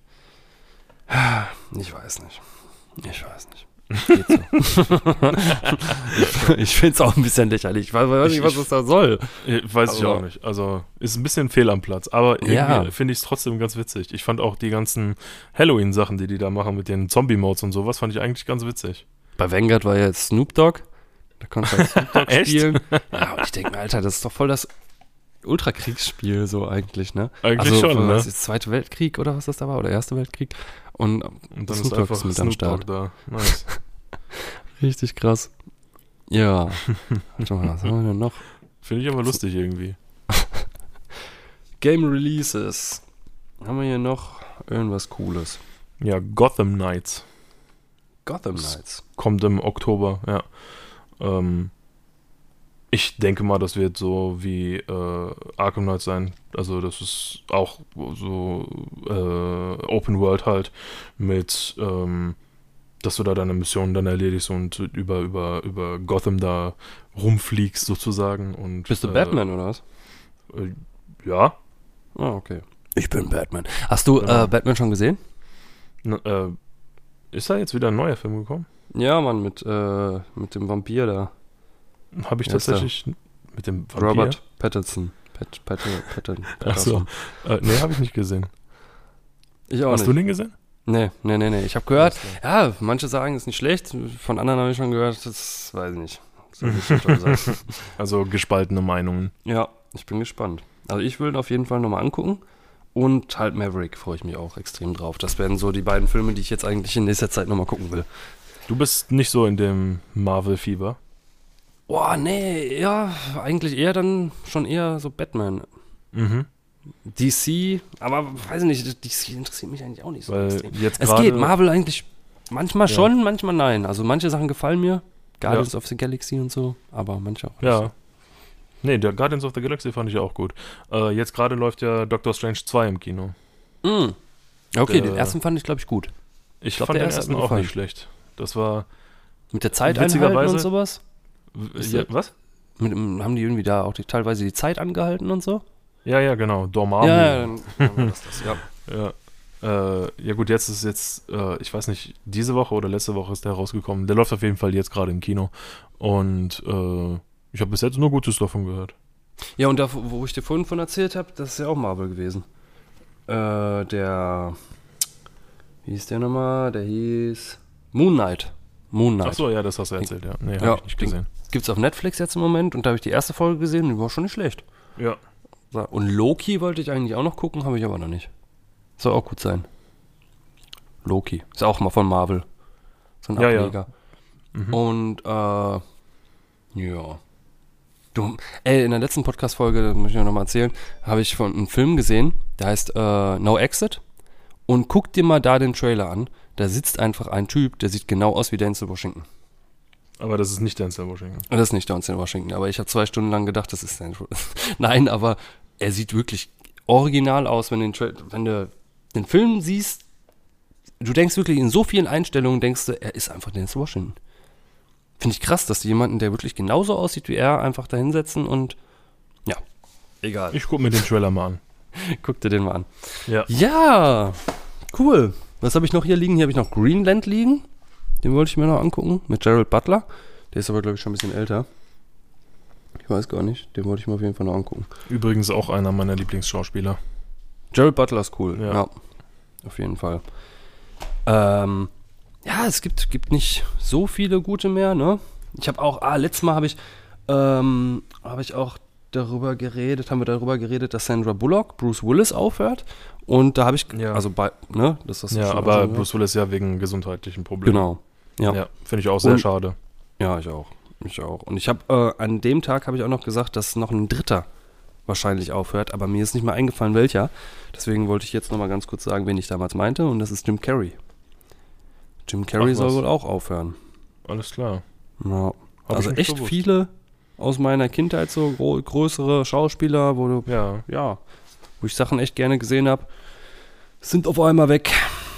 C: Ich weiß nicht. Ich weiß nicht. Geht so. ich ich finde es auch ein bisschen lächerlich. Ich weiß, weiß nicht, was
D: Ich-
C: es da soll.
D: Äh, Weiß ich
C: Aber-
D: auch nicht. Also ist ein bisschen fehl am Platz, aber irgendwie
C: Ja.
D: finde ich es trotzdem ganz witzig. Ich fand auch die ganzen Halloween-Sachen, die die da machen mit den Zombie-Modes und sowas, fand ich eigentlich ganz witzig.
C: Bei Vanguard war ja jetzt Snoop Dogg. Da konntest du halt Snoop Dogg
D: Echt?
C: spielen. Ja, und ich denke mir, Alter, das ist doch voll das Ultrakriegsspiel so eigentlich, ne?
D: Eigentlich
C: also,
D: schon,
C: was
D: ne?
C: ist Zweite Weltkrieg oder was das da war? Oder Erste Weltkrieg? Und,
D: Und dann
C: Snoop
D: ist
C: Dogg
D: einfach
C: ist mit am
D: Snoop Dogg da. Nice.
C: richtig krass. Ja. Warte mal, was haben wir denn noch?
D: Finde ich aber lustig irgendwie.
C: Game Releases. Haben wir hier noch irgendwas Cooles?
D: Ja, Gotham Knights
C: Gotham Knights.
D: kommt im Oktober, ja. Ähm, ich denke mal, das wird so wie äh, Arkham Knight sein. Also das ist auch so äh, Open World halt mit, ähm, dass du da deine Missionen dann erledigst und über, über, über Gotham da rumfliegst sozusagen. Und,
C: Bist du
D: äh,
C: Batman oder was?
D: Äh, ja.
C: Ah, okay. Ich bin Batman. Hast du
D: Genau.
C: äh, Batman schon gesehen?
D: Na, äh, ist da jetzt wieder ein neuer Film gekommen?
C: Ja, Mann, mit, äh, mit dem Vampir da.
D: Habe ich
C: Wer ist der?
D: tatsächlich mit dem Vampir?
C: Robert Pattinson. Pat, Pat, Pat,
D: Ach so. Äh, nee, habe ich nicht gesehen.
C: Ich auch
D: Hast
C: nicht.
D: du den gesehen?
C: Nee, nee, nee, nee. Ich habe gehört, ja, manche sagen, es ist nicht schlecht. Von anderen habe ich schon gehört, das weiß ich nicht. Das soll nicht so toll sein.
D: Also gespaltene Meinungen.
C: Ja, ich bin gespannt. Also ich will ihn auf jeden Fall nochmal angucken. Und halt Maverick freue ich mich auch extrem drauf. Das werden so die beiden Filme, die ich jetzt eigentlich in nächster Zeit nochmal gucken will.
D: Du bist nicht so in dem Marvel-Fieber.
C: Boah, nee, ja, eigentlich eher dann schon eher so Batman.
D: Mhm.
C: D C, aber weiß ich nicht, D C interessiert mich eigentlich auch nicht so
D: Weil
C: extrem.
D: jetzt
C: Es
D: gerade.
C: geht, Marvel eigentlich manchmal
D: Ja.
C: schon, manchmal nein. Also manche Sachen gefallen mir, Guardians of the Galaxy und so, aber manche auch nicht.
D: Ja. Nee, der Guardians of the Galaxy fand ich auch gut. Äh, jetzt gerade läuft ja Doctor Strange zwei im Kino.
C: Mm. Okay,
D: Der-
C: den ersten fand ich, glaube ich, gut.
D: Ich,
C: glaub,
D: fand
C: der
D: den
C: erste hat
D: ersten
C: mir
D: auch
C: gefallen.
D: nicht schlecht. Das war.
C: Mit der Zeit einhalten
D: Witzigerweise-
C: und sowas.
D: w-
C: Ist
D: Ja,
C: der-
D: was?
C: Mit, dem- haben die irgendwie da auch die, teilweise die Zeit angehalten und so?
D: Ja, ja, genau. Dormammu.
C: Ja, ja, dann dann war das das, ja.
D: Ja. Äh, ja gut, jetzt ist jetzt, äh, ich weiß nicht, diese Woche oder letzte Woche ist der rausgekommen. Der läuft auf jeden Fall jetzt gerade im Kino. Und äh, ich habe bis jetzt nur Gutes davon gehört.
C: Ja, und da, wo ich dir vorhin von erzählt habe, das ist ja auch Marvel gewesen. Äh, der, wie hieß der nochmal? Der hieß Moon Knight. Moon Knight.
D: Ach so, ja, das hast du erzählt, ja. Nee, habe
C: Ja,
D: ich nicht
C: den-
D: gesehen.
C: Gibt's auf Netflix jetzt im Moment und da habe ich die erste Folge gesehen, die war schon nicht schlecht.
D: Ja.
C: So, und Loki wollte ich eigentlich auch noch gucken, habe ich aber noch nicht. Soll auch gut sein. Loki. Ist auch mal von Marvel. So ein
D: Ja, ja.
C: Ableger.
D: Mhm.
C: Und, äh, ja. Du, ey, in der letzten Podcast-Folge, das muss ich noch mal erzählen, habe ich von einem Film gesehen, der heißt äh, No Exit. Und guck dir mal da den Trailer an. Da sitzt einfach ein Typ, der sieht genau aus wie Denzel Washington.
D: Aber das ist nicht Denzel Washington.
C: Das ist nicht Denzel Washington, aber ich habe zwei Stunden lang gedacht, das ist Denzel. Nein, aber er sieht wirklich original aus, wenn du den, Tra- wenn du den Film siehst. Du denkst wirklich in so vielen Einstellungen, denkst du, er ist einfach Denzel Washington. Finde ich krass, dass die jemanden, der wirklich genauso aussieht wie er, einfach da hinsetzen und ja, egal.
D: Ich gucke mir den Trailer mal an.
C: Guck dir den mal an.
D: Ja.
C: Ja, cool. Was habe ich noch hier liegen? Hier habe ich noch Greenland liegen. Den wollte ich mir noch angucken, mit Gerald Butler. Der ist aber, glaube ich, schon ein bisschen älter. Ich weiß gar nicht. Den wollte ich mir auf jeden Fall noch angucken.
D: Übrigens auch einer meiner Lieblingsschauspieler.
C: Gerald Butler ist cool.
D: Ja.
C: Ja, auf jeden Fall. Ähm, ja, es gibt, gibt nicht so viele gute mehr, ne? Ich habe auch, ah, letztes Mal habe ich, ähm, habe ich auch darüber geredet, haben wir darüber geredet, dass Sandra Bullock, Bruce Willis aufhört. Und da habe ich,
D: Ja.
C: also bei, ne, das ist
D: Ja, aber Bruce Willis ja wegen gesundheitlichen Problemen.
C: Genau. Ja.
D: Ja, finde ich auch sehr
C: Und-
D: schade.
C: Ja, ich auch. Ich auch. Und ich habe, äh, an dem Tag habe ich auch noch gesagt, dass noch ein Dritter wahrscheinlich aufhört, aber mir ist nicht mehr eingefallen, welcher. Deswegen wollte ich jetzt nochmal ganz kurz sagen, wen ich damals meinte, und das ist Jim Carrey. Jim Carrey
D: Ach,
C: soll
D: was.
C: wohl auch aufhören.
D: alles klar.
C: Ja.
D: Hab
C: Also
D: ich nicht
C: echt
D: gewusst.
C: viele aus meiner Kindheit, so gro- größere Schauspieler, wo du,
D: Ja,
C: ja, wo ich Sachen echt gerne gesehen habe, sind auf einmal weg.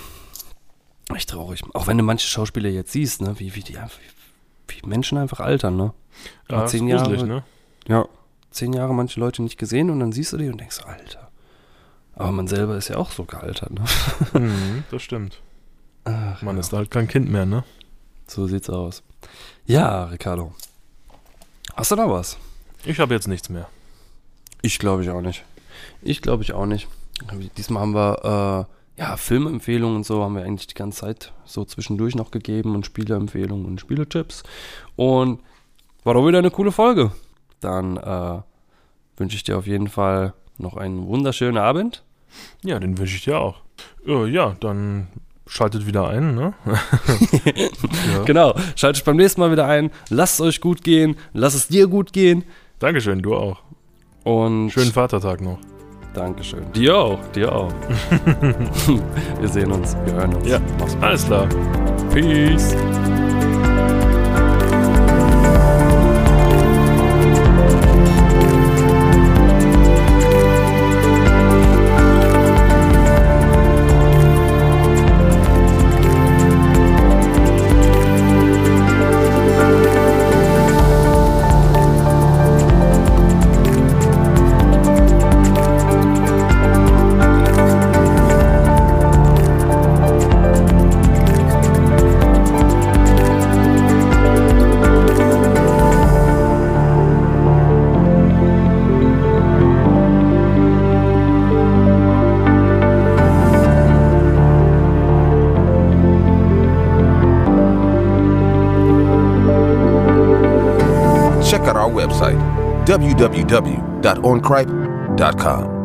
C: Echt traurig. Auch wenn du manche Schauspieler jetzt siehst, ne, wie, wie die einfach, wie Menschen einfach altern, ne?
D: ja
C: zehn
D: ist gruselig,
C: Jahre-
D: ne?
C: Ja, zehn Jahre manche Leute nicht gesehen und dann siehst du die und denkst, Alter. Aber man selber ist ja auch so gealtert, ne?
D: Mhm, das stimmt.
C: Ach,
D: Man
C: ja.
D: ist halt kein Kind mehr, ne?
C: So sieht's aus. Ja, Ricardo. Hast du da was?
D: Ich habe jetzt nichts mehr.
C: Ich glaube ich auch nicht. Ich glaube ich auch nicht. Diesmal haben wir, äh, ja, Filmempfehlungen und so haben wir eigentlich die ganze Zeit so zwischendurch noch gegeben und Spieleempfehlungen und Spieletipps. Und war doch wieder eine coole Folge. Dann äh, wünsche ich dir auf jeden Fall noch einen wunderschönen Abend.
D: Ja, den wünsche ich dir auch. Äh, ja, dann schaltet wieder ein, ne? Ja.
C: Genau, schaltet beim nächsten Mal wieder ein. Lasst es euch gut gehen. Lasst es dir gut gehen.
D: Dankeschön, du auch.
C: Und
D: Schönen Vatertag noch.
C: Dankeschön. Dir auch, dir auch. Wir sehen uns, wir hören uns.
D: Ja,
C: Mach's gut.
D: alles klar.
C: Peace.
A: Check out our website, w w w dot on cripe dot com.